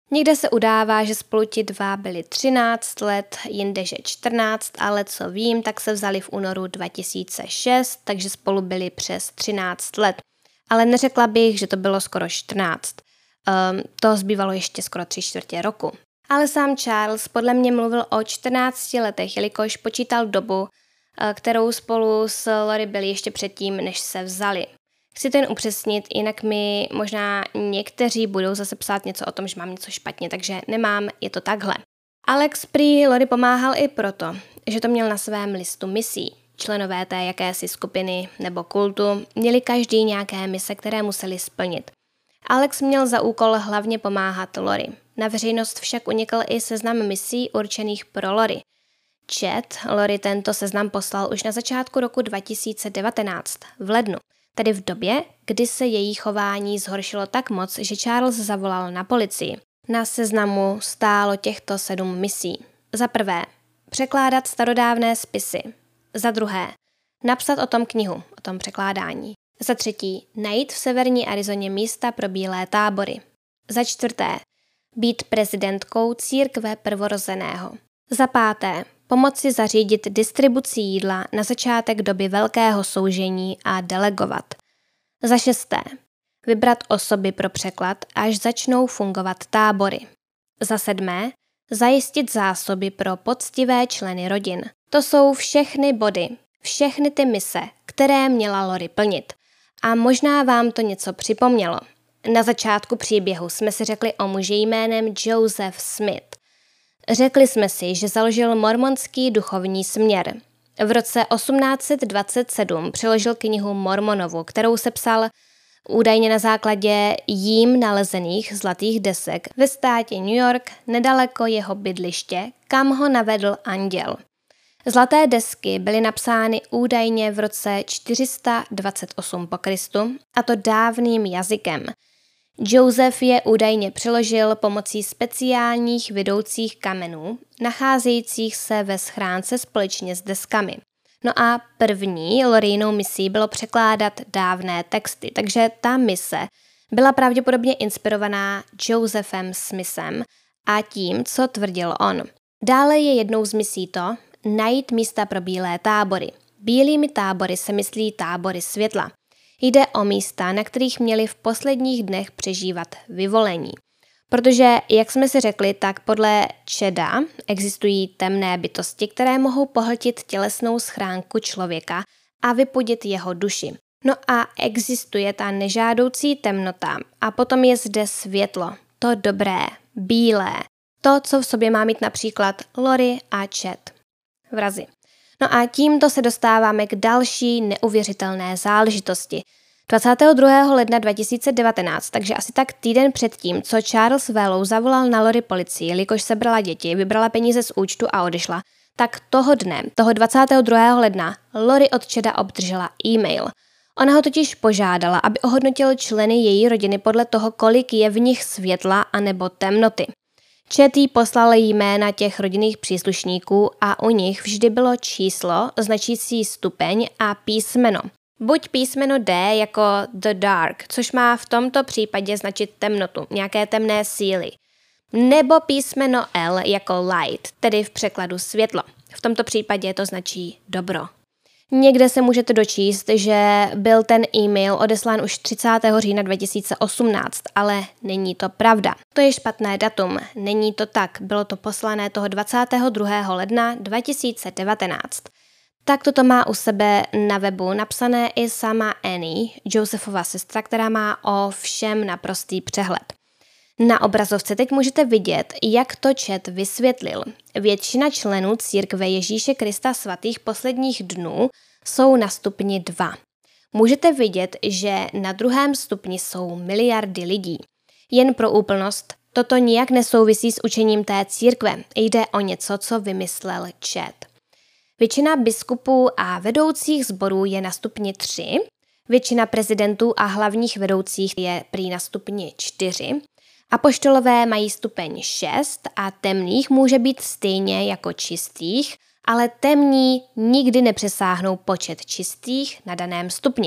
Někde se udává, že spolu ti dva byli 13 let, jinde, že 14, ale co vím, tak se vzali v únoru 2006, takže spolu byli přes 13 let. Ale neřekla bych, že to bylo skoro 14. To zbývalo ještě skoro 3/4 roku. Ale sám Charles podle mě mluvil o 14 letech, jelikož počítal dobu, kterou spolu s Lori byli ještě předtím, než se vzali. Chci to jen upřesnit, jinak mi možná někteří budou zase psát něco o tom, že mám něco špatně, takže nemám, je to takhle. Alex prý Lori pomáhal i proto, že to měl na svém listu misí. Členové té jakési skupiny nebo kultu měli každý nějaké mise, které museli splnit. Alex měl za úkol hlavně pomáhat Lori. Na veřejnost však unikl i seznam misí určených pro Lori. Chad Lori tento seznam poslal už na začátku roku 2019, v lednu, tedy v době, kdy se její chování zhoršilo tak moc, že Charles zavolal na policii. Na seznamu stálo těchto 7 misí. Za prvé, překládat starodávné spisy. Za druhé, napsat o tom knihu, o tom překládání. Za třetí, najít v severní Arizoně místa pro bílé tábory. Za čtvrté, být prezidentkou církve prvorozeného. Za páté, pomoci zařídit distribuci jídla na začátek doby velkého soužení a delegovat. Za šesté, vybrat osoby pro překlad, až začnou fungovat tábory. Za sedmé, zajistit zásoby pro poctivé členy rodin. To jsou všechny body, všechny ty mise, které měla Lori plnit. A možná vám to něco připomnělo. Na začátku příběhu jsme si řekli o muži jménem Joseph Smith. Řekli jsme si, že založil mormonský duchovní směr. V roce 1827 přeložil knihu Mormonovu, kterou sepsal údajně na základě jím nalezených zlatých desek ve státě New York nedaleko jeho bydliště, kam ho navedl anděl. Zlaté desky byly napsány údajně v roce 428 po Kristu, a to dávným jazykem. Joseph je údajně přeložil pomocí speciálních vidoucích kamenů, nacházejících se ve schránce společně s deskami. No a první Loriinou misí bylo překládat dávné texty, takže ta mise byla pravděpodobně inspirovaná Josephem Smithem a tím, co tvrdil on. Dále je jednou z misí to najít místa pro bílé tábory. Bílými tábory se myslí tábory světla. Jde o místa, na kterých měli v posledních dnech přežívat vyvolení. Protože, jak jsme si řekli, tak podle Chada existují temné bytosti, které mohou pohltit tělesnou schránku člověka a vypudit jeho duši. No a existuje ta nežádoucí temnota a potom je zde světlo, to dobré, bílé, to, co v sobě má mít například Lori a Chad. Vrazi. No a tímto se dostáváme k další neuvěřitelné záležitosti. 22. ledna 2019, takže asi tak týden předtím, co Charles Velou zavolal na Lori policii, jelikož sebrala děti, vybrala peníze z účtu a odešla, tak toho dne, toho 22. ledna, Lori od Chada obdržela e-mail. Ona ho totiž požádala, aby ohodnotil členy její rodiny podle toho, kolik je v nich světla anebo temnoty. Chad jí poslal jména těch rodinných příslušníků a u nich vždy bylo číslo značící stupeň a písmeno. Buď písmeno D jako the dark, což má v tomto případě značit temnotu, nějaké temné síly. Nebo písmeno L jako light, tedy v překladu světlo. V tomto případě to značí dobro. Někde se můžete dočíst, že byl ten e-mail odeslán už 30. října 2018, ale není to pravda. To je špatné datum, není to tak, bylo to poslané toho 22. ledna 2019. Tak toto má u sebe na webu napsané i sama Annie, Josephova sestra, která má o všem naprostý přehled. Na obrazovce teď můžete vidět, jak to Chad vysvětlil. Většina členů církve Ježíše Krista svatých posledních dnů jsou na stupni 2. Můžete vidět, že na 2. stupni jsou miliardy lidí. Jen pro úplnost, toto nijak nesouvisí s učením té církve. Jde o něco, co vymyslel Chad. Většina biskupů a vedoucích sborů je na stupni 3, většina prezidentů a hlavních vedoucích je prý na stupni 4, apoštolové mají stupeň 6 a temných může být stejně jako čistých, ale temní nikdy nepřesáhnou počet čistých na daném stupni.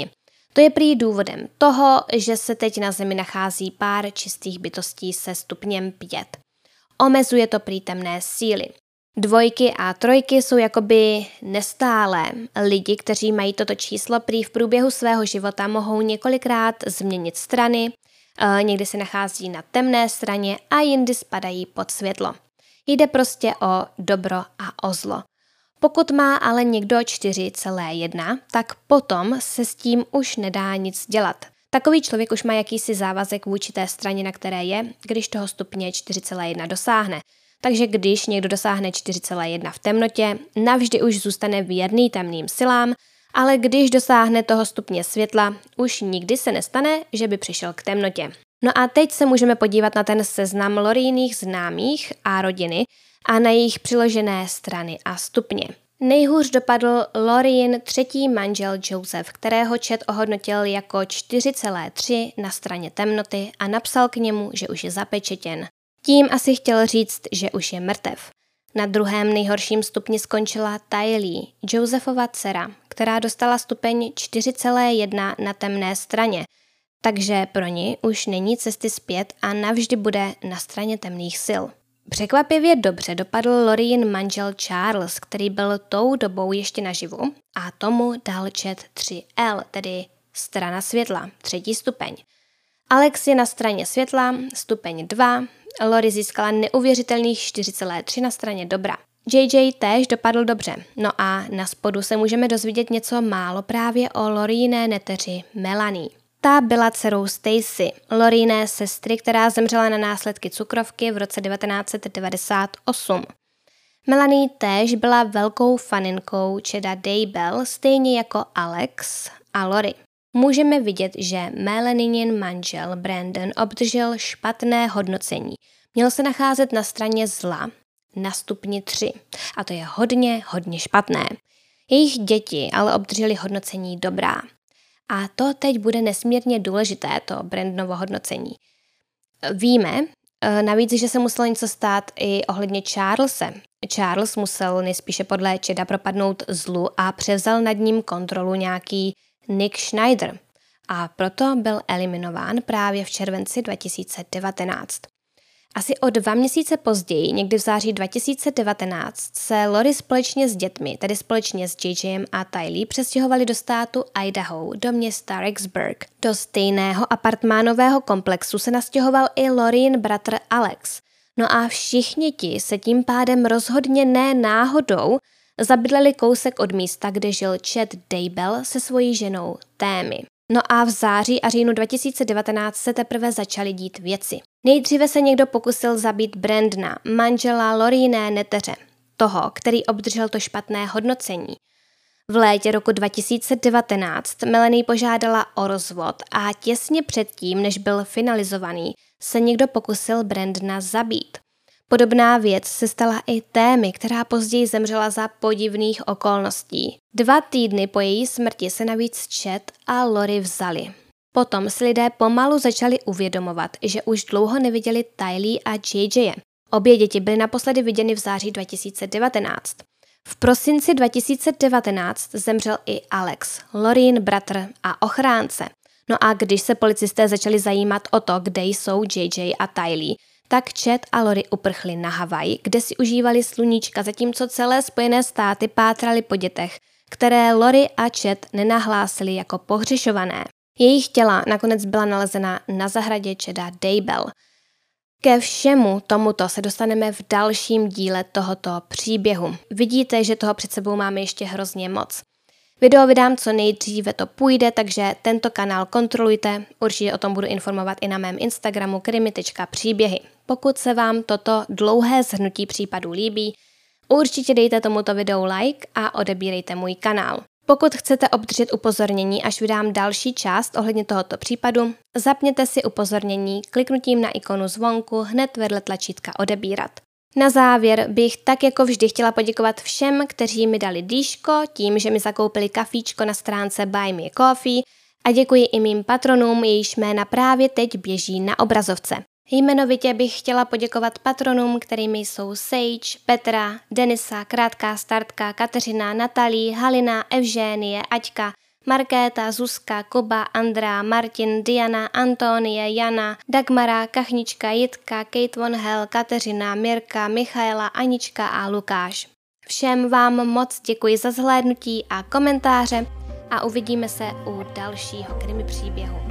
To je prý důvodem toho, že se teď na Zemi nachází pár čistých bytostí se stupněm 5. Omezuje to prý temné síly. 2 a 3 jsou jakoby nestálé. Lidi, kteří mají toto číslo, prý v průběhu svého života mohou několikrát změnit strany, někdy se nachází na temné straně a jindy spadají pod světlo. Jde prostě o dobro a o zlo. Pokud má ale někdo 4,1, tak potom se s tím už nedá nic dělat. Takový člověk už má jakýsi závazek vůči té straně, na které je, když toho stupně 4,1 dosáhne. Takže když někdo dosáhne 4,1 v temnotě, navždy už zůstane věrný temným silám, ale když dosáhne toho stupně světla, už nikdy se nestane, že by přišel k temnotě. No a teď se můžeme podívat na ten seznam Loriiných známých a rodiny a na jejich přiložené strany a stupně. Nejhůř dopadl Loriin třetí manžel Joseph, kterého Chad ohodnotil jako 4,3 na straně temnoty a napsal k němu, že už je zapečetěn. Tím asi chtěl říct, že už je mrtev. Na druhém nejhorším stupni skončila Tylee, Josephova dcera, která dostala stupeň 4,1 na temné straně, takže pro ní už není cesty zpět a navždy bude na straně temných sil. Překvapivě dobře dopadl Loriin manžel Charles, který byl tou dobou ještě naživu a tomu dal Chad 3L, tedy strana světla, 3. stupeň. Alex je na straně světla, stupeň 2, Lori získala neuvěřitelných 4,3 na straně dobra. JJ též dopadl dobře, no a na spodu se můžeme dozvědět něco málo právě o Loriiné neteři Melanie. Ta byla dcerou Stacy, Loriiné sestry, která zemřela na následky cukrovky v roce 1998. Melanie též byla velkou faninkou Chada Daybell, stejně jako Alex a Lori. Můžeme vidět, že Melaninin manžel Brandon obdržel špatné hodnocení. Měl se nacházet na straně zla, na stupni 3. A to je hodně špatné. Jejich děti ale obdržely hodnocení dobrá. A to teď bude nesmírně důležité, to Brandonovo hodnocení. Víme navíc, že se muselo něco stát i ohledně Charlese. Charles musel nejspíše podle Chada propadnout zlu a převzal nad ním kontrolu nějaký Nick Schneider. A proto byl eliminován právě v červenci 2019. Asi o 2 měsíce později, někdy v září 2019, se Lori společně s dětmi, tedy společně s JJem a Tylee, přestěhovali do státu Idaho, do města Rexburg. Do stejného apartmánového komplexu se nastěhoval i Loriin bratr Alex. No a všichni ti se tím pádem rozhodně ne náhodou zabydleli kousek od místa, kde žil Chad Daybell se svojí ženou Tammy. No a v září a říjnu 2019 se teprve začaly dít věci. Nejdříve se někdo pokusil zabít Brandona, manžela Loriiné neteře, toho, který obdržel to špatné hodnocení. V létě roku 2019 Melanie požádala o rozvod a těsně předtím, než byl finalizovaný, se někdo pokusil Brandona zabít. Podobná věc se stala i Tammy, která později zemřela za podivných okolností. 2 týdny po její smrti se navíc Chad a Lori vzali. Potom si lidé pomalu začali uvědomovat, že už dlouho neviděli Tylee a JJ. Obě děti byly naposledy viděny v září 2019. V prosinci 2019 zemřel i Alex, Loriin bratr a ochránce. No a když se policisté začali zajímat o to, kde jsou JJ a Tylee, tak Chad a Lori uprchli na Havaj, kde si užívali sluníčka, zatímco celé Spojené státy pátrali po dětech, které Lori a Chad nenahlásili jako pohřešované. Jejich těla nakonec byla nalezena na zahradě Chada Daybell. Ke všemu tomuto se dostaneme v dalším díle tohoto příběhu. Vidíte, že toho před sebou máme ještě hrozně moc. Video vydám co nejdříve to půjde, takže tento kanál kontrolujte. Určitě o tom budu informovat i na mém Instagramu krimi.příběhy. Pokud se vám toto dlouhé shrnutí případů líbí, určitě dejte tomuto videu like a odebírejte můj kanál. Pokud chcete obdržet upozornění, až vydám další část ohledně tohoto případu, zapněte si upozornění kliknutím na ikonu zvonku hned vedle tlačítka odebírat. Na závěr bych tak jako vždy chtěla poděkovat všem, kteří mi dali dýško tím, že mi zakoupili kafíčko na stránce Buy Me Coffee a děkuji i mým patronům, jejichž jména právě teď běží na obrazovce. Jmenovitě bych chtěla poděkovat patronům, kterými jsou Sage, Petra, Denisa, Krátká startka, Kateřina, Natalie, Halina, Evžénie, Aťka, Markéta, Zuzka, Kuba, Andrá, Martin, Diana, Antonie, Jana, Dagmara, Kachnička, Jitka, Kate von Hell, Kateřina, Mirka, Michaela, Anička a Lukáš. Všem vám moc děkuji za zhlédnutí a komentáře a uvidíme se u dalšího krimi příběhu.